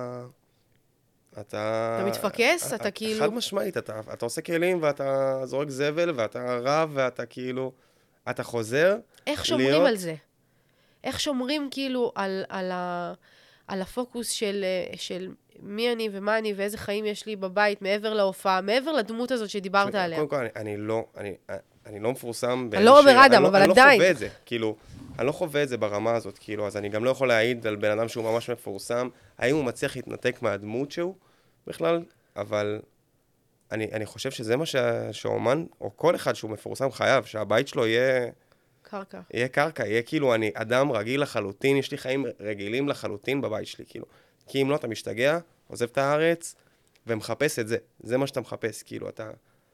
אתה מתפקס? אתה כאילו... חד משמעית, אתה עושה כלים, ואתה זורק זבל, ואתה רב, ואתה כאילו... אתה חוזר... איך שומרים על זה? איך שומרים כאילו על הפוקוס מי אני ומה אני ואיזה חיים יש לי בבית, מעבר להופעה, מעבר לדמות הזאת שדיברת עליה. קודם כל, אני לא מפורסם אני לא אומר אדם, אבל עדיין. אני לא חווה את זה, כאילו, אני לא חווה את זה ברמה הזאת, כאילו, אז אני גם לא יכול להעיד על בן אדם שהוא ממש מפורסם, האם הוא מצליח להתנתק מהדמות שהוא בכלל, אבל אני חושב שזה מה שאומן, או כל אחד שהוא מפורסם חייב, שהבית שלו יהיה... קרקע. יהיה קרקע, יהיה כאילו, אני אדם רגיל לחלוטין, יש לי חיים רגילים לחלוטין בבית שלי, כאילו. כי אם לא, אתה משתגע, עוזב את הארץ, ומחפש את זה. זה מה שאתה מחפש, כאילו, אתה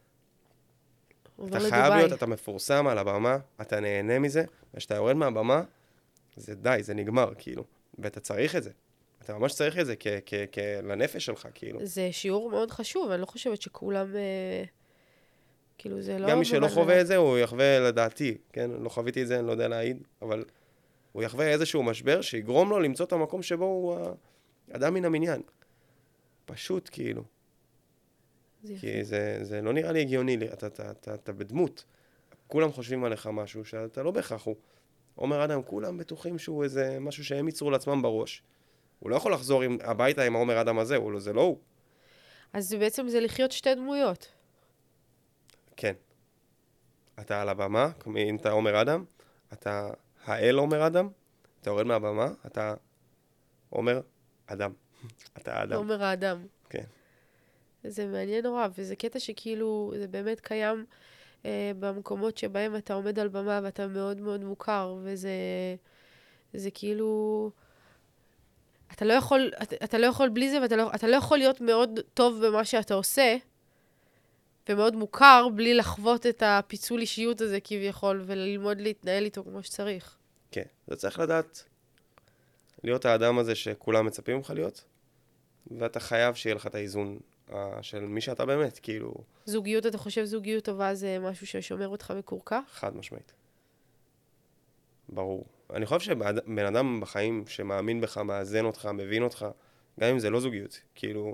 חייב להיות, אתה מפורסם על הבמה, אתה נהנה מזה, וכשאתה יורד מהבמה, זה די, זה נגמר, כאילו. ואתה צריך את זה. אתה ממש צריך את זה לנפש שלך, כאילו. זה שיעור מאוד חשוב, אני לא חושבת שכולם... כאילו זה לא... גם מי שלא חווה את זה, הוא יחווה לדעתי, כן? לא חוויתי את זה, אני לא יודע להעיד, אבל הוא יחווה איזשהו משבר שיגרום לו למצוא את המקום שבו הוא אדם מן המניין. פשוט, כאילו. כי זה לא נראה לי הגיוני, אתה בדמות. כולם חושבים עליך משהו שאתה לא בהכרח הוא. עומר אדם, כולם בטוחים שהוא איזה משהו שהם ייצרו לעצמם בראש. הוא לא יכול לחזור הביתה עם העומר אדם הזה, זה לא הוא. אז בעצם זה לחיות שתי דמויות. כן. אתה על הבמה, אם אתה עומר אדם, אתה האל עומר אדם, אתה יורד מהבמה, אתה עומר אדם. אתה האדם. עומר האדם. כן. זה מעניין נורא, וזה קטע שכאילו, זה באמת קיים במקומות שבהם אתה עומד על במה ואתה מאוד מאוד מוכר, וזה כאילו... אתה לא יכול בלי זה, ואתה לא יכול להיות מאוד טוב במה שאתה עושה, ומאוד מוכר, בלי לחוות את הפיצול אישיות הזה כביכול, וללמוד להתנהל איתו כמו שצריך. כן, זה צריך לדעת להיות האדם הזה שכולם מצפים ממך להיות, ואתה חייב שיהיה לך את האיזון של מי שאתה באמת, כאילו... זוגיות, אתה חושב זוגיות טובה זה משהו ששומר אותך מקורקע? חד משמעית. ברור. אני חושב שבן אדם בחיים שמאמין בך, מאזן אותך, מבין אותך, גם אם זה לא זוגיות, כאילו,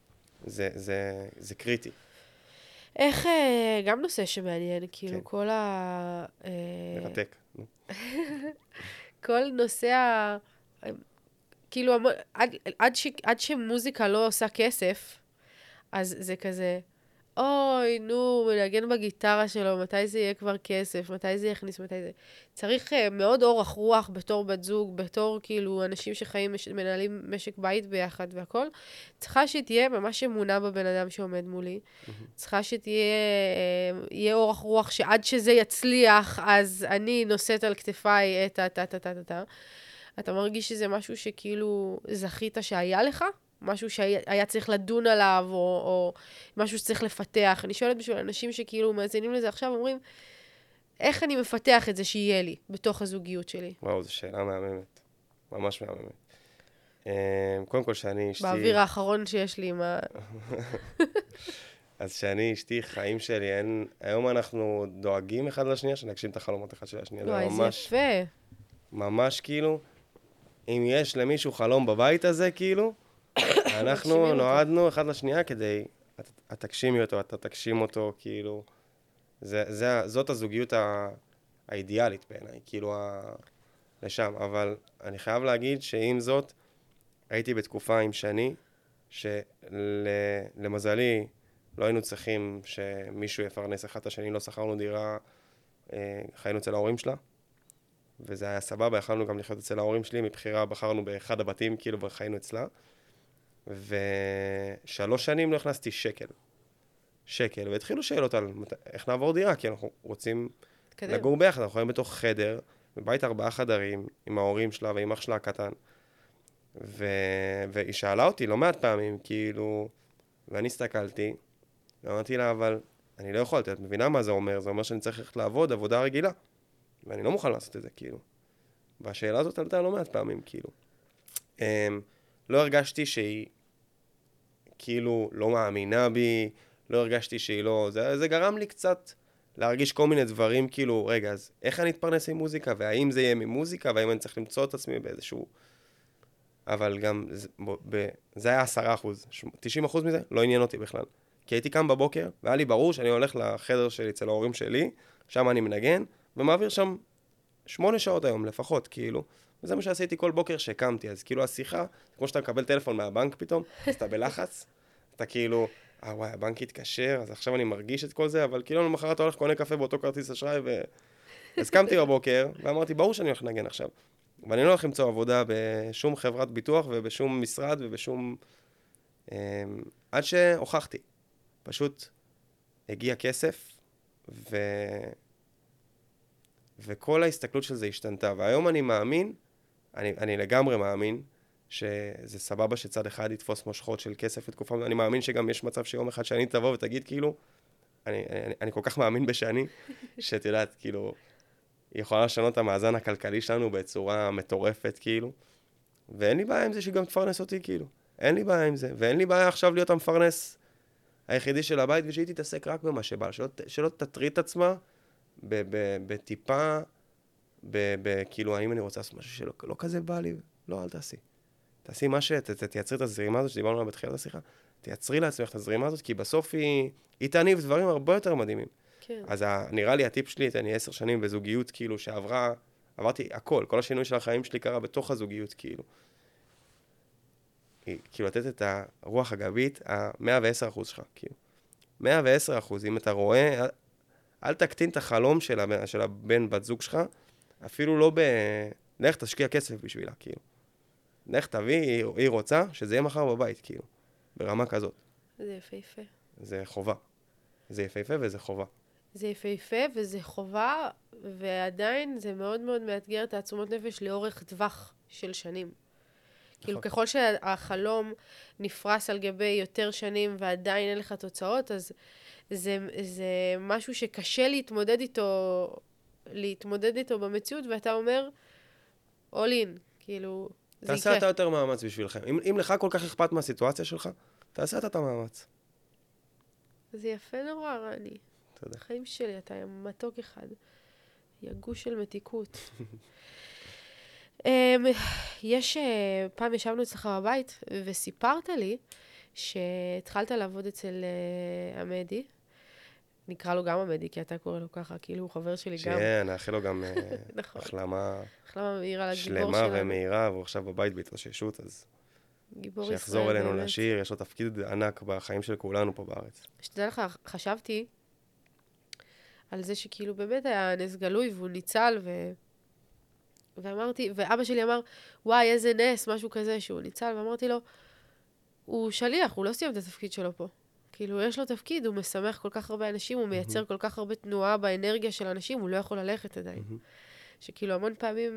זה קריטי. איך, גם נושא שמעניין, כאילו, כן. כל מרתק. כל נושא כאילו, עד שמוזיקה לא עושה כסף, אז זה כזה, אוי, נו, מנגן בגיטרה שלו, מתי זה יהיה כבר כסף, מתי זה יכניס, מתי זה... צריך מאוד אורך רוח בתור בת זוג, בתור כאילו אנשים שחיים, מנהלים משק בית ביחד והכל. צריכה שתהיה ממש אמונה בבן אדם שעומד מולי. צריכה שתהיה אורך רוח שעד שזה יצליח, אז אני נושאת על כתפיי את אתה מרגיש שזה משהו שכאילו זכית שהיה לך? משהו שהיה צריך לדון עליו, או משהו שצריך לפתח. אני שואלת בשביל אנשים שכאילו מאזינים לזה עכשיו, אומרים, איך אני מפתח את זה שיהיה לי בתוך הזוגיות שלי? וואו, זו שאלה מהממת. ממש מהממת. קודם כל, שאני אשתי... באוויר האחרון שיש לי עם ה... אז שאני אשתי, חיים שלי, היום אנחנו דואגים אחד לשנייה, שנגשים את החלומות אחד של השנייה. לא, איזה יפה. ממש כאילו, אם יש למישהו חלום בבית הזה, כאילו, אנחנו נועדנו אחד לשנייה כדי, את תגשימי אותו, אתה תגשים אותו, כאילו, זאת הזוגיות האידיאלית בעיניי, כאילו, לשם. אבל אני חייב להגיד שעם זאת, הייתי בתקופה עם שני, שלמזלי, לא היינו צריכים שמישהו יפרנס אחד את השני, לא שכרנו דירה, חיינו אצל ההורים שלה, וזה היה סבבה, יכלנו גם לחיות אצל ההורים שלי, מבחירה בחרנו באחד הבתים, כאילו, וחיינו אצלה. 3 שנים לא הכנסתי שקל, והתחילו שאלות על איך נעבור דירה, כי אנחנו רוצים לגור ביחד, אנחנו חיים בתוך חדר, בבית 4 חדרים, עם ההורים שלה ועם אח שלה הקטן, והיא שאלה אותי לא מעט פעמים, כאילו, ואני הסתכלתי, ואמרתי לה, אבל אני לא יכולתי, את מבינה מה זה אומר? זה אומר שאני צריך ללכת לעבוד, עבודה רגילה, ואני לא מוכן לעשות את זה, כאילו. והשאלה הזאת עלתה לא מעט פעמים, כאילו. לא הרגשתי שהיא כאילו לא מאמינה בי, לא הרגשתי שהיא לא... זה גרם לי קצת להרגיש כל מיני דברים, כאילו, רגע, אז איך אני אתפרנס עם מוזיקה? והאם זה יהיה ממוזיקה? והאם אני צריך למצוא את עצמי באיזשהו... אבל גם, זה היה 10%. 90% מזה לא עניין אותי בכלל. כי הייתי קם בבוקר, והיה לי ברור שאני הולך לחדר שלי אצל ההורים שלי, שם אני מנגן, ומעביר שם 8 שעות היום לפחות, כאילו. וזה מה שעשיתי כל בוקר שקמתי, אז כאילו השיחה, כמו שאתה מקבל טלפון מהבנק פתאום, אז אתה בלחץ, אתה כאילו, וואי, הבנק התקשר, אז עכשיו אני מרגיש את כל זה, אבל כאילו למחרת אתה הולך קונה קפה באותו כרטיס אשראי, אז קמתי בבוקר, ואמרתי, ברור שאני הולך לנגן עכשיו. ואני לא הולך למצוא עבודה בשום חברת ביטוח, ובשום משרד, ובשום... עד שהוכחתי. פשוט הגיע כסף, וכל ההסתכלות של זה השתנתה. והיום אני מאמין, אני לגמרי מאמין, שזה סבבה שצד אחד יתפוס מושכות של כסף לתקופה, אני מאמין שגם יש מצב שיום אחד שאני תבוא ותגיד, כאילו, אני כל כך מאמין בשאני, שאת יודעת, כאילו, היא יכולה לשנות את המאזן הכלכלי שלנו בצורה מטורפת, כאילו, ואין לי בעיה עם זה שגם תפרנס אותי, כאילו. אין לי בעיה עם זה, ואין לי בעיה עכשיו להיות המפרנס היחידי של הבית, ושהיא תתעסק רק במה שבא, שלא תטריד את עצמה בטיפה, כאילו, האם אני רוצה לעשות משהו שלא כזה בא לי, לא, אל תעשי. תעשי מה תייצרי את הזרימה הזאת, שדיברנו עליה בתחילת השיחה, תייצרי לעצמך את הזרימה הזאת, כי בסוף היא תניב דברים הרבה יותר מדהימים. כן. אז נראה לי הטיפ שלי, אני 10 שנים בזוגיות, כאילו, עברתי הכל, כל השינוי של החיים שלי קרה בתוך הזוגיות, כאילו. כאילו, לתת את הרוח הגבית, ה-110% שלך, כאילו. 110%, אם אתה רואה, אל תקטין את החלום של הבן בת זוג שלך, אפילו לא לך תשקיע כסף בשבילה, כאילו. לך תביא, היא רוצה, שזה יהיה מחר בבית, כאילו. ברמה כזאת. זה יפהפה. זה חובה. זה יפהפה וזה חובה. זה יפהפה וזה חובה, ועדיין זה מאוד מאוד מאתגר את העצומות נפש לאורך טווח של שנים. כאילו, ככל שהחלום נפרס על גבי יותר שנים ועדיין אין לך תוצאות, אז זה משהו שקשה להתמודד איתו במציאות, ואתה אומר, all in, כאילו, זה יקרה. תעשה אתה יותר מאמץ בשבילכם. אם לך כל כך אכפת מהסיטואציה שלך, תעשה אתה את המאמץ. זה יפה נורא, רני. תודה. החיים שלי, אתה מתוק אחד. יגוש של מתיקות. פעם ישבנו אצלך בבית, וסיפרת לי שהתחלת לעבוד אצל עמדי. נקרא לו גם עמדי, כי אתה קורא לו ככה, כאילו הוא חבר שלי גם. שיהיה, נאחל לו גם החלמה מהירה לגיבור שלמה שלנו. ומהירה, והוא עכשיו בבית בהתאוששות, אז גיבור ישראל. שיחזור אלינו לשיר, יש לו תפקיד ענק בחיים של כולנו פה בארץ. שתדע לך, חשבתי על זה שכאילו באמת היה נס גלוי, והוא ניצל, ואמרתי, ואבא שלי אמר, וואי, איזה נס, משהו כזה, שהוא ניצל, ואמרתי לו, הוא שליח, הוא לא סיים את התפקיד שלו פה. כאילו, יש לו תפקיד, הוא משמח כל כך הרבה אנשים, הוא מייצר כל כך הרבה תנועה באנרגיה של אנשים, הוא לא יכול ללכת עדיין. שכאילו, המון פעמים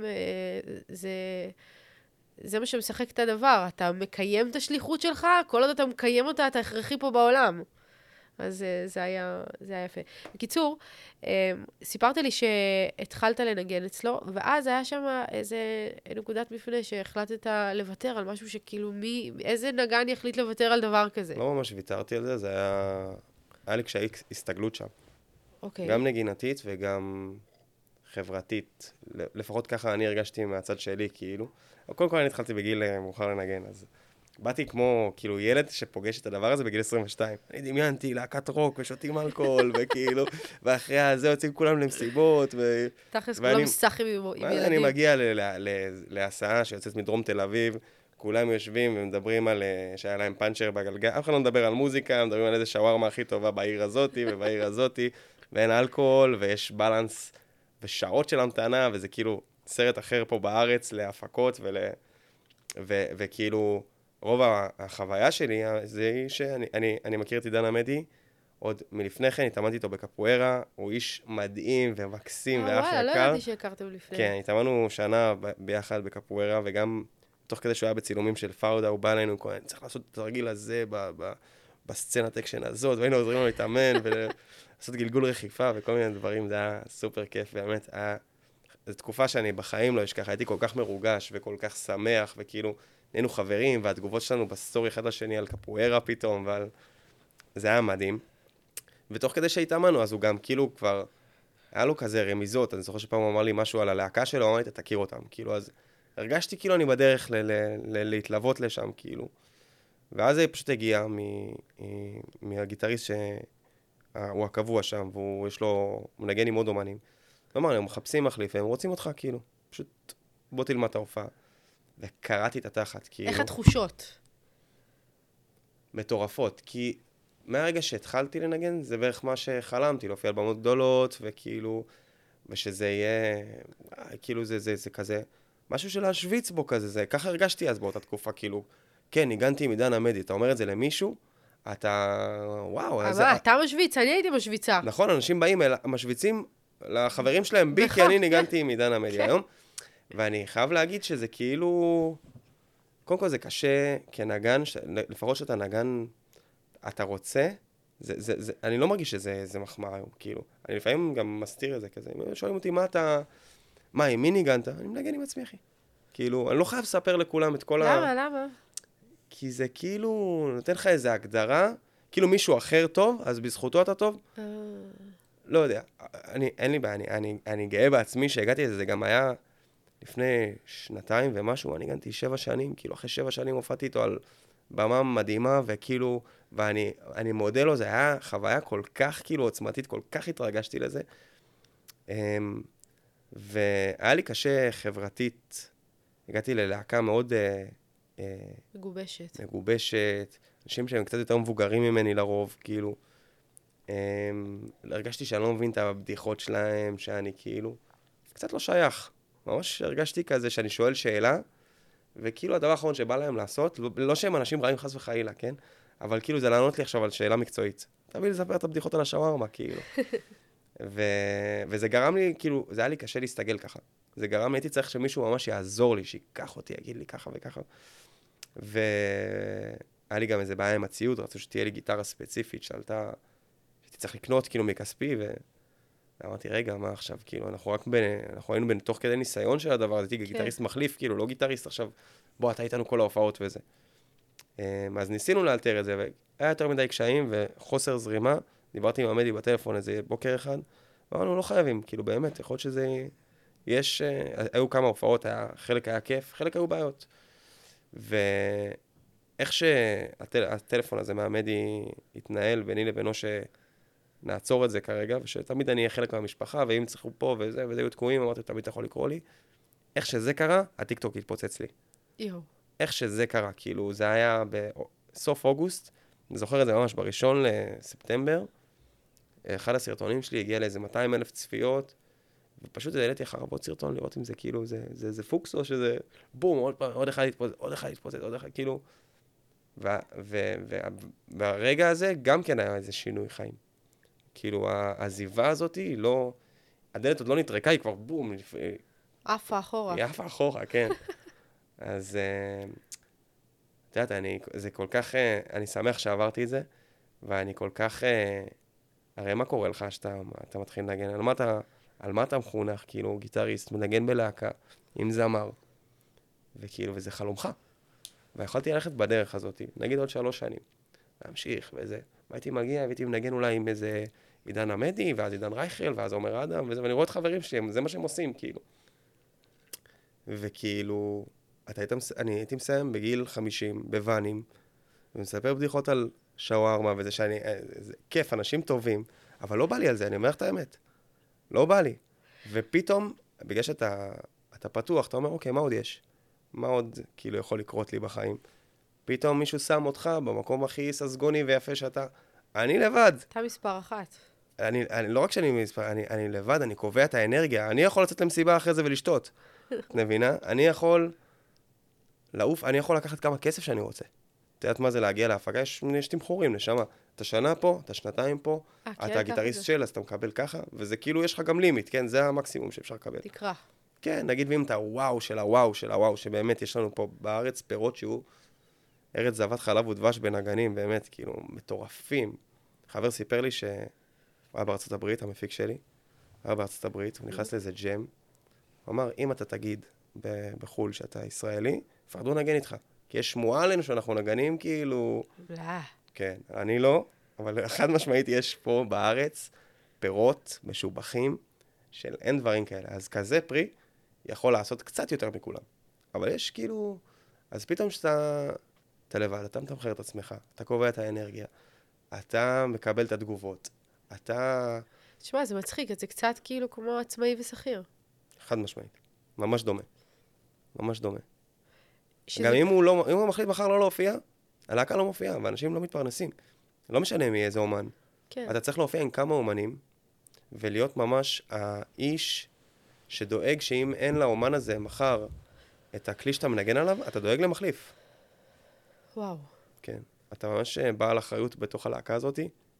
זה מה שמשחק את הדבר, אתה מקיים את השליחות שלך, כל עוד אתה מקיים אותה, אתה הכרחי פה בעולם. אז זה היה יפה. בקיצור, סיפרת לי שהתחלת לנגן אצלו, ואז היה שם איזה נקודת מפנה שהחלטת לוותר על משהו שכאילו איזה נגן יחליט לוותר על דבר כזה? לא ממש ויתרתי על זה, היה לי קשיי הסתגלות שם. אוקיי. גם נגינתית וגם חברתית. לפחות ככה אני הרגשתי מהצד שלי, כאילו. קודם כל אני התחלתי בגיל מאוחר לנגן, אז באתי כמו, כאילו, ילד שפוגש את הדבר הזה בגיל 22. אני דמיינתי להקת רוק ושותים אלכוהול, וכאילו, ואחרי זה יוצאים כולם למסיבות, תכלס, כולם סחים עם ילדים. אני מגיע להסעה שיוצאת מדרום תל אביב, כולם יושבים ומדברים על שהיה להם פאנצ'ר בגלגל, אף אחד לא מדבר על מוזיקה, מדברים על איזה שווארמה הכי טובה בעיר הזאתי ובעיר הזאתי, ואין אלכוהול, ויש בלנס ושעות של המתנה, וזה כאילו סרט אחר פה בארץ להפקות וכאילו, רוב החוויה שלי זה שאני מכיר את עידן עמדי, עוד מלפני כן התאמנתי איתו בקפוארה, הוא איש מדהים ומקסים ואח יקר. לא ידעתי שהכרתם לפני. כן, התאמנו שנה ביחד בקפוארה, וגם תוך כדי שהוא היה בצילומים של פאודה, הוא בא אלינו, צריך לעשות את התרגיל הזה בסצנת אקשן הזאת, והיינו עוזרים לו להתאמן ולעשות גלגול רכיפה וכל מיני דברים, זה היה סופר כיף, באמת, זו תקופה שאני בחיים לא אשכח, הייתי כל כך מרוגש וכל כך שמח, וכאילו, היינו חברים, והתגובות שלנו בסטורי אחד לשני על קפוארה פתאום, זה היה מדהים. ותוך כדי שהתאמנו, אז הוא גם כאילו כבר, היה לו כזה רמיזות, אני זוכר שפעם הוא אמר לי משהו על הלהקה שלו, אמר לי, אתה תכיר אותם, כאילו, אז הרגשתי כאילו אני בדרך להתלוות לשם, כאילו. ואז זה פשוט הגיע מהגיטריסט שהוא הקבוע שם, והוא יש לו, הוא מנגן עם עוד אומנים. הוא אמר לי, הם מחפשים מחליף, הם רוצים אותך, כאילו. פשוט בוא תלמד את ההופעה. וקראתי את התחת, כאילו... איך התחושות? מטורפות, כי מהרגע שהתחלתי לנגן, זה בערך מה שחלמתי, להופיע על במות גדולות, וכאילו, ושזה יהיה, כאילו זה כזה, משהו של להשוויץ בו כזה, זה, ככה הרגשתי אז באותה תקופה, כאילו, כן, ניגנתי עם עידן עמדי, אתה אומר את זה למישהו, אתה, וואו, אבל אתה משוויץ, אני הייתי משוויצה. נכון, אנשים באים, משוויצים לחברים שלהם בי, כי אני ניגנתי עם עידן עמדי היום, ואני חייב להגיד שזה כאילו, קודם כל זה קשה כנגן, לפחות שאתה נגן, אתה רוצה, אני לא מרגיש שזה מחמאה היום, כאילו. אני לפעמים גם מסתיר את זה כזה. אם שואלים אותי, מה, עם מי ניגנת? אני מנגן עם עצמי, אחי. כאילו, אני לא חייב לספר לכולם את כל למה? כי זה כאילו, נותן לך איזו הגדרה, כאילו מישהו אחר טוב, אז בזכותו אתה טוב. לא יודע, אין לי בעיה, אני גאה בעצמי שהגעתי לזה, זה גם היה לפני 2 ומשהו, אני ניגנתי 7 שנים, כאילו אחרי 7 שנים הופעתי איתו על במה מדהימה, וכאילו, ואני מודה לו, זה היה חוויה כל כך כאילו עוצמתית, כל כך התרגשתי לזה. והיה לי קשה חברתית, הגעתי ללהקה מאוד מגובשת, אנשים שהם קצת יותר מבוגרים ממני לרוב, כאילו. הרגשתי שאני לא מבין את הבדיחות שלהם, שאני כאילו, קצת לא שייך. ממש הרגשתי כזה שאני שואל שאלה, וכאילו הדבר האחרון שבא להם לעשות, לא שהם אנשים רעים חס וחלילה, כן? אבל כאילו זה לענות לי עכשיו על שאלה מקצועית. תביא לספר את הבדיחות על השווארמה, כאילו. וזה גרם לי, כאילו, זה היה לי קשה להסתגל ככה. זה גרם לי, הייתי צריך שמישהו ממש יעזור לי, שיקח אותי, יגיד לי ככה וככה. והיה לי גם איזה בעיה עם הציוד, רצו שתהיה לי גיטרה ספציפית, שעלתה, שהייתי צריך לקנות כאילו מכספי, ואמרתי, רגע, מה עכשיו, כאילו, אנחנו היינו תוך כדי ניסיון של הדבר, הייתי גיטריסט מחליף, כאילו, לא גיטריסט, עכשיו, בוא, אתה איתנו כל ההופעות וזה. אז ניסינו לאלתר את זה, והיה יותר מדי קשיים וחוסר זרימה, דיברתי עם עמדי בטלפון איזה בוקר אחד, אמרנו, לא חייבים, כאילו, באמת, יכול להיות שזה, היו כמה הופעות, חלק היה כיף, חלק היו בעיות. ואיך שהטלפון הזה מעמדי התנהל ביני לבינו נעצור את זה כרגע, ושתמיד אני אהיה חלק מהמשפחה, ואם צריכו פה וזה היו תקועים, אמרתי, תמיד אתה יכול לקרוא לי. איך שזה קרה, הטיקטוק התפוצץ לי. איך שזה קרה, כאילו, זה היה בסוף אוגוסט, אני זוכר את זה ממש ב1 לספטמבר, אחד הסרטונים שלי הגיע לאיזה 200,000 צפיות, ופשוט העליתי אחריו עוד סרטון, לראות אם זה כאילו, זה פוקס, או שזה בום, עוד אחד התפוצץ, עוד אחד, כאילו. והרגע הזה גם כן היה איזה שינוי חיים. כאילו, העזיבה הזאת היא לא, הדלת עוד לא נטרקה, היא כבר בום. עפה אחורה. היא עפה אחורה, כן. אז, את יודעת, זה כל כך, אני שמח שעברתי את זה, ואני כל כך, הרי מה קורה לך שאתה מתחיל לנגן? על מה אתה מחונך, כאילו, גיטריסט, מנגן בלהקה, עם זמר, וכאילו, וזה חלומך. ויכולתי ללכת בדרך הזאת, נגיד עוד 3 שנים, להמשיך וזה. והייתי מגיע, והייתי מנגן אולי עם איזה עידן עמדי, ואז עידן רייכל, ואז עומר אדם, וזה, ואני רואה את חברים שלי, זה מה שהם עושים, כאילו. וכאילו, אני הייתי מסיים בגיל 50, בוואנים, ומספר בדיחות על שווארמה, וזה שאני, זה כיף, אנשים טובים, אבל לא בא לי על זה, אני אומר את האמת. לא בא לי. ופתאום, בגלל שאתה פתוח, אתה אומר, אוקיי, מה עוד יש? מה עוד כאילו יכול לקרות לי בחיים? פתאום מישהו שם אותך במקום הכי ססגוני ויפה שאתה... אני לבד. אתה מספר 1. לא רק שאני מספר, אני לבד, אני קובע את האנרגיה. אני יכול לצאת למסיבה אחרי זה ולשתות. את מבינה? אני יכול לעוף, אני יכול לקחת כמה כסף שאני רוצה. את יודעת מה זה להגיע להפקה? יש תמחורים, נשמה. אתה שנה פה, אתה 2 פה, אתה גיטריסט של, אז אתה מקבל ככה, וזה כאילו יש לך גם לימיט, כן? זה המקסימום שאפשר לקבל. תקרא. כן, נגיד ואם אתה וואו של הוואו של הוואו, שבאמת יש לנו פה בארץ פירות שהוא ארץ זבת חלב ודבש בנגנים, באמת, כאילו, מטורפים. חבר סיפר לי שהוא היה בארצות הברית, המפיק שלי, היה בארצות הברית, הוא נכנס לאיזה ג'ם, הוא אמר, אם אתה תגיד בחול שאתה ישראלי, פחדו נגן איתך. כי יש שמועה עלינו שאנחנו נגנים, כאילו... כן, אני לא, אבל חד משמעית יש פה בארץ פירות משובחים של אין דברים כאלה. אז כזה פרי יכול לעשות קצת יותר מכולם. אבל יש כאילו... אז פתאום שאתה לבד, אתה מתמחר את עצמך, אתה קובע את האנרגיה, אתה מקבל את התגובות, אתה... תשמע, זה מצחיק, זה קצת כאילו כמו עצמאי ושכיר. חד משמעית, ממש דומה. ממש דומה. גם אם הוא מחליט מחר לא להופיע, הלהקה לא מופיעה, ואנשים לא מתפרנסים. לא משנה מי איזה אומן. כן. אתה צריך להופיע עם כמה אומנים, ולהיות ממש האיש שדואג שאם אין לאומן הזה מחר את הכלי שאתה מנגן עליו, אתה דואג למחליף. וואו. כן. אתה ממש בעל אחריות בתוך הלהקה הזאת,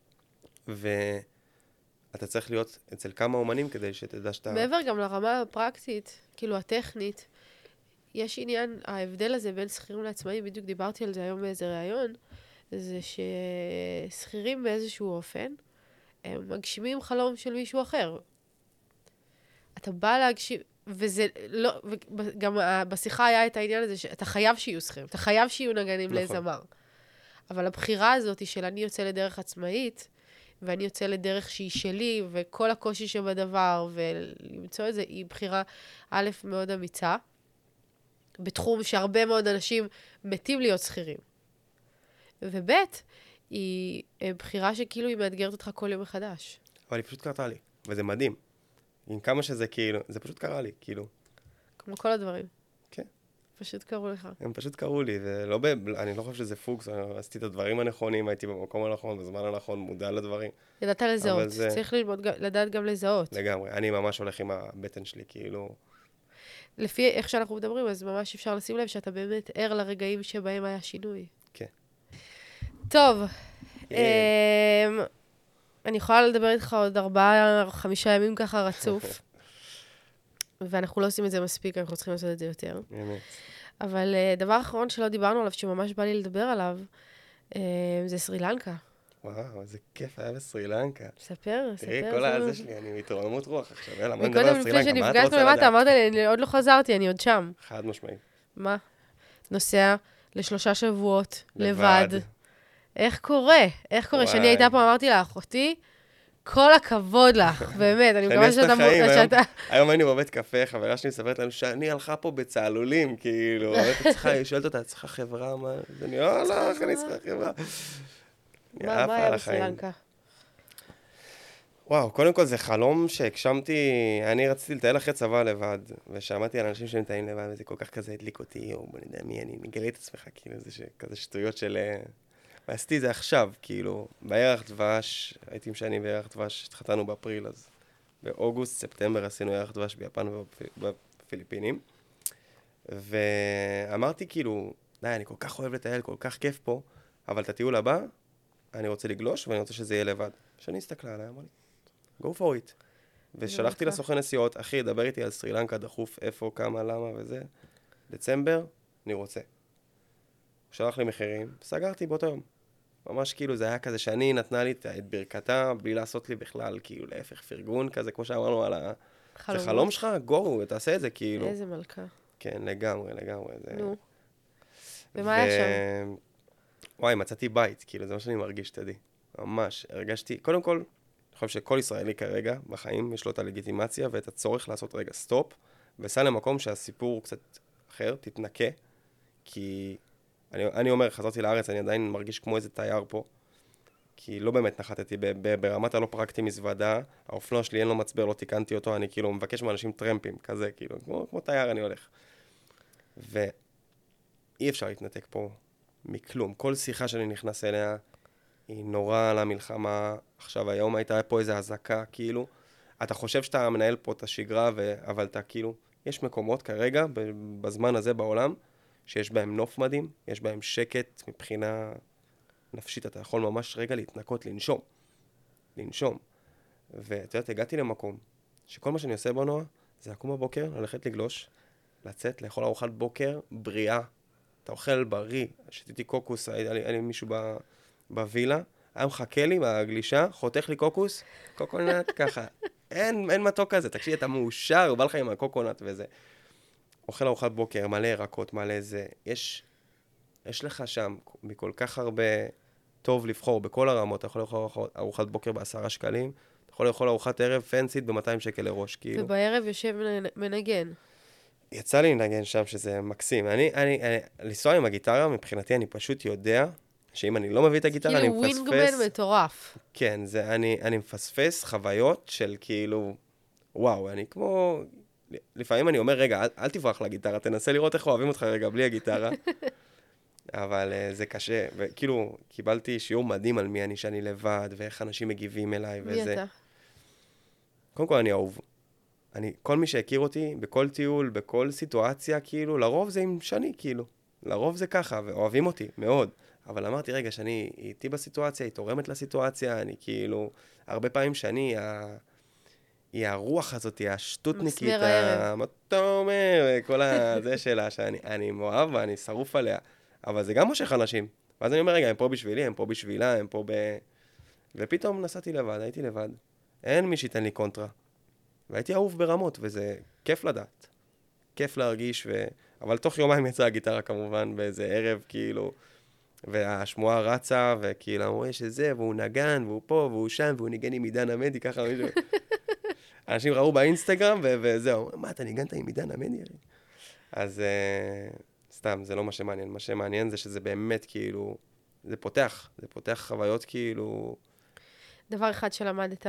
ואתה צריך להיות אצל כמה אומנים כדי שתדע שאתה... מעבר גם לרמה הפרקטית, כאילו הטכנית, יש עניין, ההבדל הזה בין שכירים לעצמאים, בדיוק דיברתי על זה היום באיזה ראיון, זה ששכירים באיזשהו אופן, הם מגשימים חלום של מישהו אחר. אתה בא להגשים, וזה לא, וגם בשיחה היה את העניין הזה, שאתה חייב שיהיו שכירים, אתה חייב שיהיו נגנים לזמר. אבל הבחירה הזאת של אני יוצא לדרך עצמאית, ואני יוצא לדרך שהיא שלי, וכל הקושי שבדבר, ולמצוא את זה, היא בחירה א' מאוד אמיצה, בתחום שהרבה מאוד אנשים מתים להיות שכירים. וב' היא בחירה שכאילו היא מאתגרת אותך כל יום מחדש. אבל היא פשוט קרתה לי, וזה מדהים. עם כמה שזה כאילו, זה פשוט קרה לי, כאילו. כמו כל הדברים. כן. פשוט קראו לך. הם פשוט קראו לי, ולא אני לא חושב שזה פוקס, עשיתי את הדברים הנכונים, הייתי במקום הנכון, בזמן הנכון, מודע לדברים. ידעת לזהות, צריך ללמוד, לדעת גם לזהות. לגמרי, אני ממש הולך עם הבטן שלי, כאילו... לפי איך שאנחנו מדברים, אז ממש אפשר לשים לב שאתה באמת ער לרגעים שבהם היה שינוי. כן. טוב, אני יכולה לדבר איתך עוד 4-5 ימים ככה רצוף, ואנחנו לא עושים את זה מספיק, אנחנו צריכים לעשות את זה יותר. באמת. אבל דבר אחרון שלא דיברנו עליו, שממש בא לי לדבר עליו, זה סרילנקה. וואו, איזה כיף היה בסרילנקה. ספר. תראי, כל הזה שלי, אני מתרוממות רוח עכשיו, יאללה, מה נדבר על סרילנקה? מקודם, לפני שנפגשנו למטה, אמרת לי, אני עוד לא חזרתי, אני עוד שם. חד משמעית. מה? נוסע ל3 שבועות, לבד. איך קורה? שאני הייתה פה, אמרתי לאחותי, כל הכבוד לך, באמת, אני מקווה שאתה... היום היינו בבית קפה, חברה שלי מספרת לנו שאני הלכה פה בצהלולים, כאילו, היא שואלת אותה, צריכה חברה? מה? אני לא, אני צריכה חברה. מה היה בסרילנקה? וואו, קודם כל זה חלום שהגשמתי, אני רציתי לטייל אחרי צבא לבד, ושמעתי על אנשים שמטיילים לבד, וזה כל כך כזה הדליק אותי, או בוא נדע מי אני, מגלה את עצמך, כאילו, זה כזה שטויות של... ועשיתי זה עכשיו, כאילו, בירח דבש, הייתי משני בירח דבש, התחתנו באפריל, אז באוגוסט, ספטמבר עשינו ירח דבש ביפן ובפיליפינים, ואמרתי כאילו, די, אני כל כך אוהב לטייל, כל כך כיף פה, אבל את הטיול הבא, אני רוצה לגלוש, ואני רוצה שזה יהיה לבד. שאני הסתכלה עליי, אמר לי, go for it. ושלחתי לסוכן נסיעות, אחי, דבר איתי על סרילנקה, דחוף, איפה, כמה, למה וזה. דצמבר, אני רוצה. הוא שלח לי מחירים, סגרתי באותו יום. ממש כאילו זה היה כזה שאני נתנה לי את ברכתה, בלי לעשות לי בכלל, כאילו להפך פרגון כזה, כמו שאמרנו על זה חלום שלך, גורו, תעשה את זה, כאילו. איזה מלכה. כן, לגמרי. נו. ומה היה שם? וואי, מצאתי בית, כאילו, זה מה שאני מרגיש, תדעי. ממש, הרגשתי, קודם כל, אני חושב שכל ישראלי כרגע, בחיים, יש לו את הלגיטימציה ואת הצורך לעשות רגע סטופ, וסע למקום שהסיפור קצת אחר, תתנקה, כי אני אומר, חזרתי לארץ, אני עדיין מרגיש כמו איזה תייר פה, כי לא באמת נחתתי, ברמת הלא פרקתי מזוודה, האופנוע שלי אין לו מצבר, לא תיקנתי אותו, אני כאילו מבקש מאנשים טרמפים, כזה, כאילו, כמו תייר אני הולך. ואי אפשר להתנתק פה מכלום. כל שיחה שאני נכנס אליה, היא נורא על המלחמה. עכשיו, היום הייתה פה איזו הזעקה, כאילו. אתה חושב שאתה מנהל פה את השגרה, אבל אתה כאילו, יש מקומות כרגע, בזמן הזה בעולם, שיש בהם נוף מדהים, יש בהם שקט מבחינה נפשית. אתה יכול ממש רגע להתנקות, לנשום. ואתה יודעת, הגעתי למקום, שכל מה שאני עושה בו, נועה, זה לקום בבוקר, ללכת לגלוש, לצאת, לאכול ארוחת בוקר, בריאה. אתה אוכל בריא, שתיתי קוקוס, היה לי מישהו בווילה, היה מחכה לי מהגלישה, חותך לי קוקונט ככה. אין מתוק כזה, תקשיב, אתה מאושר, הוא בא לך עם הקוקונט וזה. אוכל ארוחת בוקר, מלא ירקות, מלא זה. יש לך שם מכל כך הרבה טוב לבחור בכל הרמות, אתה יכול לאכול ארוחת בוקר ב10 שקלים, אתה יכול לאכול ארוחת ערב פנסית ב200 שקל לראש, כאילו. ובערב יושב מנגן. יצא לי לנגן שם שזה מקסים. לנסוע עם הגיטרה, מבחינתי אני פשוט יודע שאם אני לא מביא את הגיטרה, אני מפספס... כאילו ווינגמן מטורף. כן, אני מפספס חוויות של כאילו, וואו, אני כמו לפעמים אני אומר, רגע, אל תברח לגיטרה, תנסה לראות איך אוהבים אותך רגע בלי הגיטרה. אבל זה קשה, וכאילו, קיבלתי שיעור מדהים על מי אני שאני לבד, ואיך אנשים מגיבים אליי מי וזה. אתה? קודם כל אני אהוב. כל מי שהכיר אותי, בכל טיול, בכל סיטואציה, כאילו, לרוב זה עם שני, כאילו. לרוב זה ככה, ואוהבים אותי, מאוד. אבל אמרתי, רגע, שאני איתי בסיטואציה, היא תורמת לסיטואציה, אני כאילו, הרבה פעמים שאני, היא הרוח הזאת, היא השטותניקית, מסמר הערב. מה אתה אומר, כל הזה שלה, שאני מאוהב בה, אני שרוף עליה. אבל זה גם מושך אנשים. ואז אני אומר, רגע, הם פה בשבילי, הם פה בשבילה, הם פה ופתאום נסעתי לבד, הייתי לבד. אין מי שייתן לי קונטרה. והייתי אהוב ברמות, וזה כיף לדעת. כיף להרגיש, אבל תוך יומיים יצאה הגיטרה כמובן, באיזה ערב, כאילו, והשמועה רצה, וכאילו, אמרו, יש איזה, והוא נגן, והוא פה, והוא שם, והוא ניגן עם עידן עמדי, ככה מישהו. אנשים ראו באינסטגרם, וזהו, מה, אתה ניגנת עם עידן עמדי? אז סתם, זה לא מה שמעניין. מה שמעניין זה שזה באמת, כאילו, זה פותח חוויות, כאילו... דבר אחד שלמדת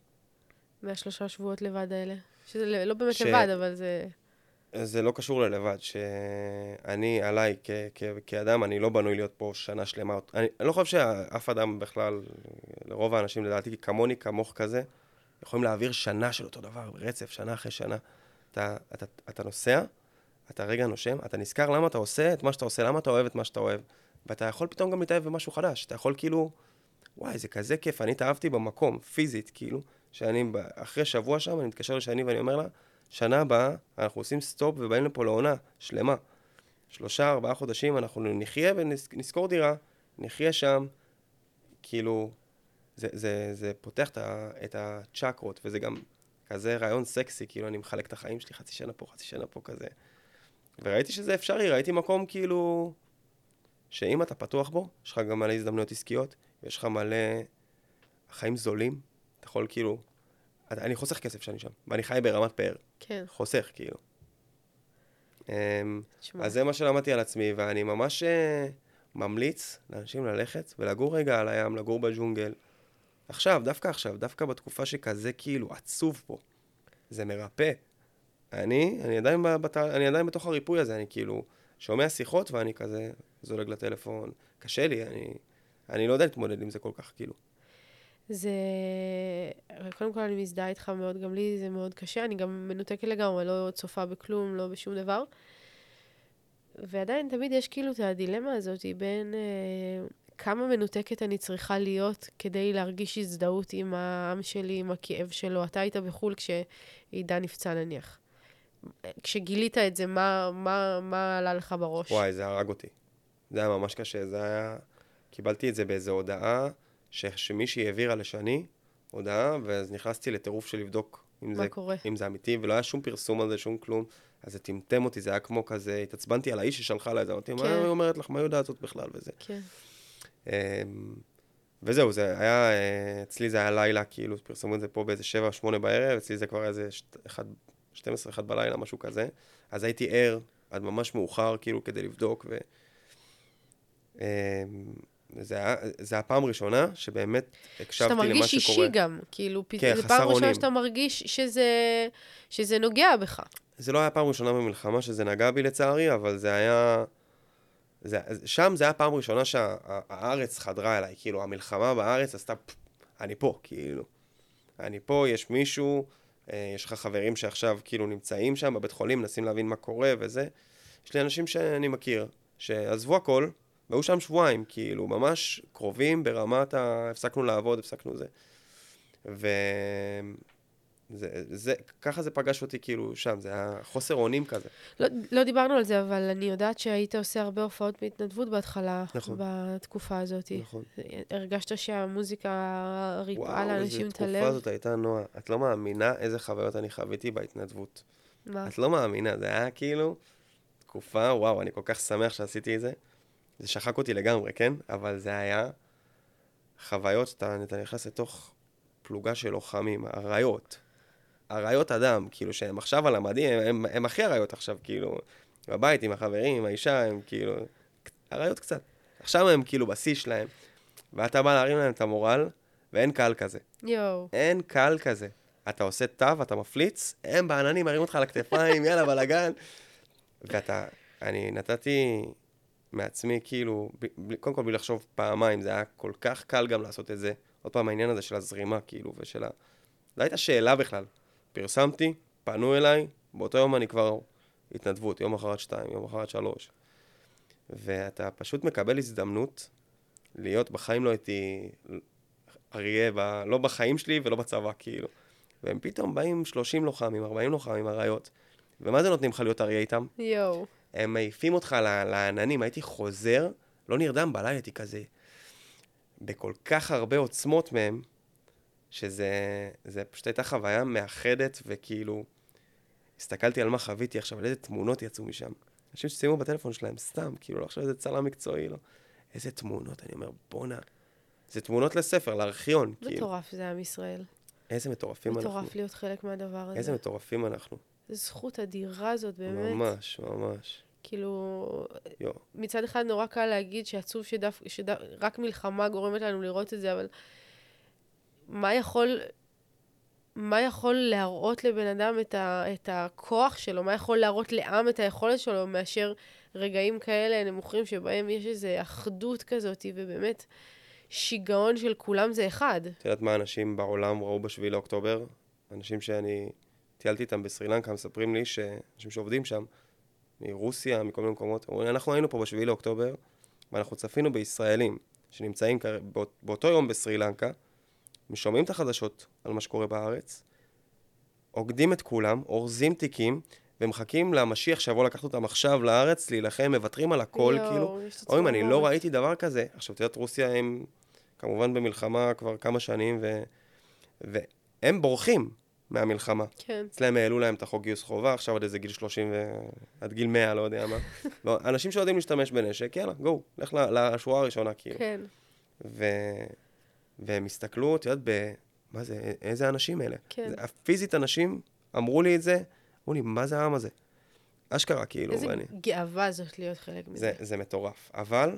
מה3 שבועות לבד האלה. שזה לא באמת לבד, אבל זה... זה לא קשור ללבד, שאני, עליי, כאדם, אני לא בנוי להיות פה שנה שלמה. אני לא חושב שאף אדם בכלל, לרוב האנשים, לדעתי, כמוני, כמוך כזה, יכולים להעביר שנה של אותו דבר, ברצף, שנה אחרי שנה. אתה נוסע, אתה רגע נושם, אתה נזכר למה אתה עושה את מה שאתה עושה, למה אתה אוהב את מה שאתה אוהב, ואתה יכול פתאום גם להתאהב במשהו חדש. אתה יכול כאילו, וואי, זה כזה כיף, אני התאהבתי במקום, פיזית, כאילו, שאני אחרי שבוע שם, אני מתקשר לשני ואני אומר לה, שנה הבאה, אנחנו עושים סטופ ובאים לפה לעונה שלמה. 3-4 חודשים אנחנו נחיה ונזכור דירה, נחיה שם, כאילו, זה פותח את הצ'קרות, וזה גם כזה רעיון סקסי, כאילו אני מחלק את החיים שלי חצי שנה פה, חצי שנה פה כזה. וראיתי שזה אפשרי, ראיתי מקום כאילו, שאם אתה פתוח בו, יש לך גם מלא הזדמנויות עסקיות, יש לך מלא חיים זולים, אתה יכול כאילו, אני חוסך כסף שאני שם, ואני חי ברמת פאר. כן. חוסך, כאילו. אז זה מה שלמדתי על עצמי, ואני ממש ממליץ לאנשים ללכת ולגור רגע על הים, לגור בג'ונגל. עכשיו, דווקא בתקופה שכזה כאילו עצוב פה. זה מרפא. אני עדיין בתוך הריפוי הזה, אני כאילו שומע שיחות ואני כזה זולג לטלפון. קשה לי, אני לא יודע להתמודד עם זה כל כך, כאילו. זה... קודם כל אני מזדהה איתך מאוד, גם לי זה מאוד קשה, אני גם מנותקת לגמרי, לא צופה בכלום, לא בשום דבר. ועדיין תמיד יש כאילו את הדילמה הזאת בין כמה מנותקת אני צריכה להיות כדי להרגיש הזדהות עם העם שלי, עם הכאב שלו. אתה היית בחול כשעידן נפצע נניח. כשגילית את זה, מה עלה לך בראש? וואי, זה הרג אותי. זה היה ממש קשה, קיבלתי את זה באיזו הודעה, שמישהי העבירה לשני, הודעה, ואז נכנסתי לטירוף של לבדוק אם זה אמיתי, ולא היה שום פרסום על זה, שום כלום. אז זה טמטם אותי, זה היה כמו כזה, התעצבנתי על האיש ששלחה לה את זה, אמרתי, מה היא אומרת לך, מה היא יודעת זאת בכלל, וזה. כן. וזהו, זה היה, אצלי זה היה לילה, כאילו, פרסמו את זה פה באיזה 7-8 בערב, אצלי זה כבר איזה 12-1 בלילה, משהו כזה. אז הייתי ער, עד ממש מאוחר, כאילו, כדי לבדוק, זה היה פעם ראשונה שבאמת הקשבתי למה שקורה. שאתה מרגיש אישי גם, כאילו, כן, זה פעם ראשונה שאתה מרגיש שזה נוגע בך. זה לא היה פעם ראשונה במלחמה שזה נגע בי לצערי, אבל זה היה... שם זה היה פעם ראשונה שהארץ חדרה אליי, כאילו, המלחמה בארץ עשתה, אני פה, כאילו. אני פה, יש מישהו, יש לך חברים שעכשיו כאילו נמצאים שם בבית חולים, מנסים להבין מה קורה וזה. יש לי אנשים שאני מכיר, שעזבו הכל, והיו שם שבועיים, כאילו, ממש קרובים ברמת הפסקנו לעבוד, הפסקנו זה. ככה זה פגש אותי כאילו שם, זה היה חוסר אונים כזה. לא דיברנו על זה, אבל אני יודעת שהיית עושה הרבה הופעות בהתנדבות בהתחלה, נכון. בתקופה הזאת. נכון. הרגשת שהמוזיקה ריפאה לאנשים את הלב? וואו, התקופה הזאת הייתה נועה. את לא מאמינה איזה חוויות אני חוויתי בהתנדבות. מה? את לא מאמינה, זה היה כאילו תקופה, וואו, אני כל כך שמח שעשיתי את זה. זה שחק אותי לגמרי, כן? אבל זה היה חוויות שאתה נכנס לתוך פלוגה של לוחמים, אריות אדם, כאילו שהם עכשיו על המדים, הם הכי אריות עכשיו, כאילו, בבית עם החברים, עם האישה, הם כאילו, אריות קצת. עכשיו הם כאילו בשיא שלהם, ואתה בא להרים להם את המורל, ואין קהל כזה. יואו. אין קהל כזה. אתה עושה תו, אתה מפליץ, הם בעננים מרים אותך על הכתפיים, יאללה, בלגן. אני נתתי מעצמי, כאילו, קודם כל בלי לחשוב פעמיים, זה היה כל כך קל גם לעשות את זה. עוד פעם, העניין הזה של הזרימה, כאילו, לא הייתה שאלה בכלל. פרסמתי, פנו אליי, באותו יום אני כבר התנדבות, יום אחרת 2, יום אחרת 3. ואתה פשוט מקבל הזדמנות להיות, בחיים לא הייתי אריה, לא בחיים שלי ולא בצבא, כאילו. והם פתאום באים 30 לוחמים, 40 לוחמים, אריות. ומה זה נותנים לך להיות אריה איתם? יואו. הם מעיפים אותך לעננים, הייתי חוזר, לא נרדם בלילה, הייתי כזה, בכל כך הרבה עוצמות מהם, שזה פשוט הייתה חוויה מאחדת, וכאילו, הסתכלתי על מה חוויתי עכשיו, על איזה תמונות יצאו משם. אנשים שציימו בטלפון שלהם, סתם, כאילו, לא עכשיו איזה צלם מקצועי, לא. איזה תמונות, אני אומר, בונה. זה תמונות לספר, לארכיון, כאילו. מטורף זה עם ישראל. איזה מטורפים אנחנו. מטורף להיות חלק מהדבר הזה. איזה מטורפים אנחנו. זו זכות אדירה זאת, באמת. ממש, ממש. כאילו, יו. מצד אחד נורא קל להגיד שעצוב שרק מלחמה גורמת לנו לראות את זה, אבל מה יכול להראות לבן אדם את הכוח שלו? מה יכול להראות לעם את היכולת שלו, מאשר רגעים כאלה נמוכים שבהם יש איזו אחדות כזאת, ובאמת שיגעון של כולם זה אחד. את יודעת מה אנשים בעולם ראו ב7 לאוקטובר? אנשים שאני טיילתי איתם בסרילנקה, מספרים לי שאנשים שעובדים שם, מרוסיה, מכל מיני מקומות, אנחנו היינו פה ב7 לאוקטובר, ואנחנו צפינו בישראלים שנמצאים באותו יום בסרילנקה, משומעים את החדשות על מה שקורה בארץ, עוקדים את כולם, אורזים תיקים, ומחכים למשיח שיבוא לקחת אותם עכשיו לארץ, להילחם, מוותרים על הכל, כאילו. או אם אני לא ראיתי דבר כזה, עכשיו, תדעת, רוסיה הם כמובן במלחמה כבר כמה שנים, והם בורחים מהמלחמה. כן. אצלהם העלו להם את החוק גיוס חובה, עכשיו עד איזה גיל 30 עד גיל 100, לא יודע מה. אנשים שיודעים להשתמש בנשק, יאללה, גו, לך לשורה הראשונה, כאילו. כן. והם הסתכלו, את יודעת, מה זה, איזה אנשים אלה? כן. הפיזית אנשים אמרו לי את זה, אמרו לי, מה זה העם הזה? אשכרה, כאילו. איזה גאווה זאת להיות חלק מזה. זה מטורף. אבל,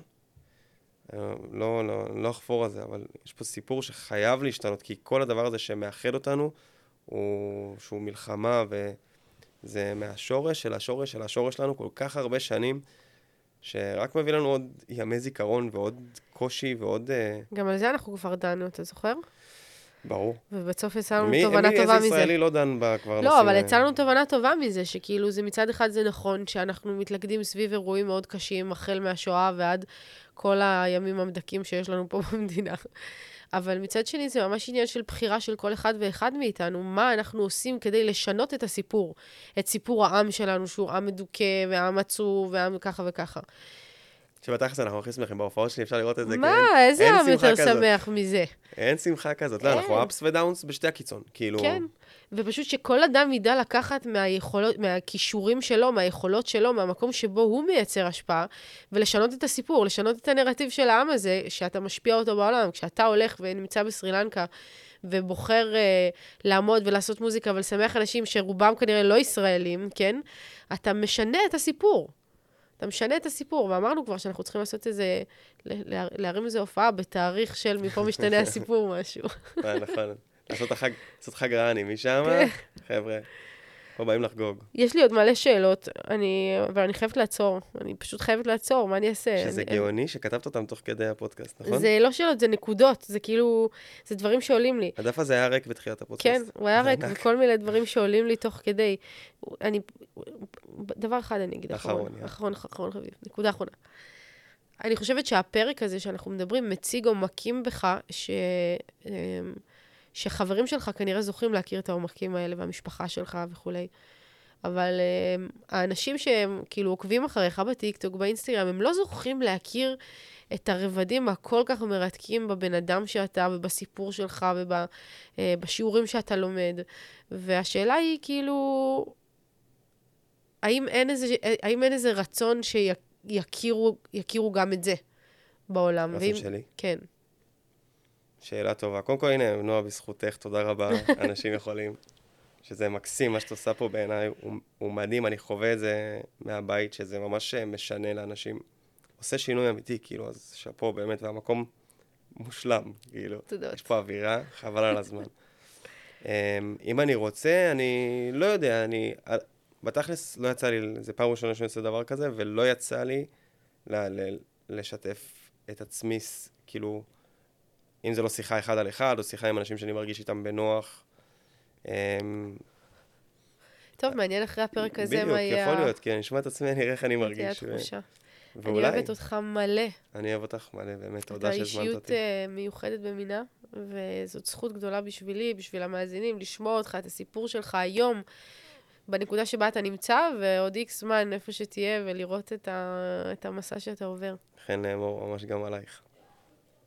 לא אחפור על זה, אבל יש פה סיפור שחייב להשתנות, כי כל הדבר הזה שמאחד אותנו, שהוא מלחמה, וזה מהשורש של השורש של השורש שלנו, כל כך הרבה שנים, שרק מביא לנו עוד ימי זיכרון, ועוד קושי, ועוד... גם על זה אנחנו כבר דנו, אתה זוכר? ברור. ובסוף יצא לנו תובנה טובה מזה. איזה ישראלי לא דן בה כבר לא, אבל יצא לנו תובנה טובה מזה, שכאילו זה מצד אחד זה נכון, שאנחנו מתלכדים סביב אירועים מאוד קשים, החל מהשואה ועד כל הימים המדקים שיש לנו פה במדינה. אבל מצד שני זה ממש עניין של בחירה של כל אחד ואחד מאיתנו, מה אנחנו עושים כדי לשנות את הסיפור, את סיפור העם שלנו, שהוא עם מדוכא ועם עצוב ועם ככה וככה. שבתכלס אנחנו הכי שמחים בהופעות שלי, אפשר לראות את זה. מה? איזה עם יותר שמח מזה? אין שמחה כזאת. לא, אנחנו אפס ודאונס בשתי הקיצון. כאילו... כן, ופשוט שכל אדם ידע לקחת מהכישורים שלו, מהיכולות שלו, מהמקום שבו הוא מייצר השפעה, ולשנות את הסיפור, לשנות את הנרטיב של העם הזה, שאתה משפיע אותו בעולם. כשאתה הולך ונמצא בסרילנקה, ובוחר לעמוד ולעשות מוזיקה ולשמח אנשים שרובם כנראה לא ישראלים, כן? אתה משנה את הסיפור. אתה משנה את הסיפור, ואמרנו כבר שאנחנו צריכים לעשות איזה, להרים איזה הופעה בתאריך של מפה משתנה הסיפור משהו. נכון. לעשות חג רעני משם, חבר'ה, פה באים לחגוג. יש לי עוד מלא שאלות, אבל אני חייבת לעצור. אני פשוט חייבת לעצור, מה אני אעשה? שזה גאוני שכתבת אותם תוך כדי הפודקאסט, נכון? זה לא שאלות, זה נקודות, זה כאילו, זה דברים שעולים לי. הדף הזה היה ריק בתחילת הפודקאסט. כן, הוא היה ריק, וכל מיני דברים שעולים לי תוך כדי. דבר אחד אני אגיד, אחרון חביב, נקודה אחרונה. אני חושבת שהפרק הזה שאנחנו מדברים מציג עומקים בך, שחברים שלך כנראה זוכים להכיר את העומקים האלה, והמשפחה שלך וכולי. אבל האנשים שהם כאילו עוקבים אחריך בטיקטוק, באינסטגרם, הם לא זוכים להכיר את הרבדים הכל כך מרתקים בבן אדם שאתה, ובסיפור שלך, ובשיעורים שאתה לומד. והשאלה היא כאילו, האם אין איזה רצון שיכירו גם את זה בעולם? רצון שלי? כן. שאלה טובה. קודם כל, הנה, נועה, בזכותך, תודה רבה, אנשים יכולים. שזה מקסים, מה שאת עושה פה בעיניי, הוא מדהים, אני חווה את זה מהבית, שזה ממש משנה לאנשים. עושה שינוי אמיתי, כאילו, אז שפה באמת, והמקום מושלם, כאילו. תודות. יש פה אווירה, חבל על הזמן. אם אני רוצה, אני לא יודע, בתכלס לא יצא לי, זה פעם ראשונה שאני עושה דבר כזה, ולא יצא לי לשתף את עצמי, כאילו, אם זה לא שיחה אחד על אחד, או שיחה עם אנשים שאני מרגיש איתם בנוח. טוב, מעניין אחרי הפרק הזה מה יהיה... בדיוק, יכול להיות, כי אני אשמע את עצמי, אני אראה איך אני מרגיש. תהיה התחושה. ואולי... אני אוהבת אותך מלא. אני אוהב אותך מלא, באמת, תודה שהזמנת אותי. אתה אישיות מיוחדת במינה, וזאת זכות גדולה בשבילי, בשביל המאזינים, לשמוע אותך, את הסיפור שלך היום, בנקודה שבה אתה נמצא, ועוד איקס זמן איפה שתהיה, ולראות את המסע שאתה עובר. לכן לאמור ממש גם עלייך.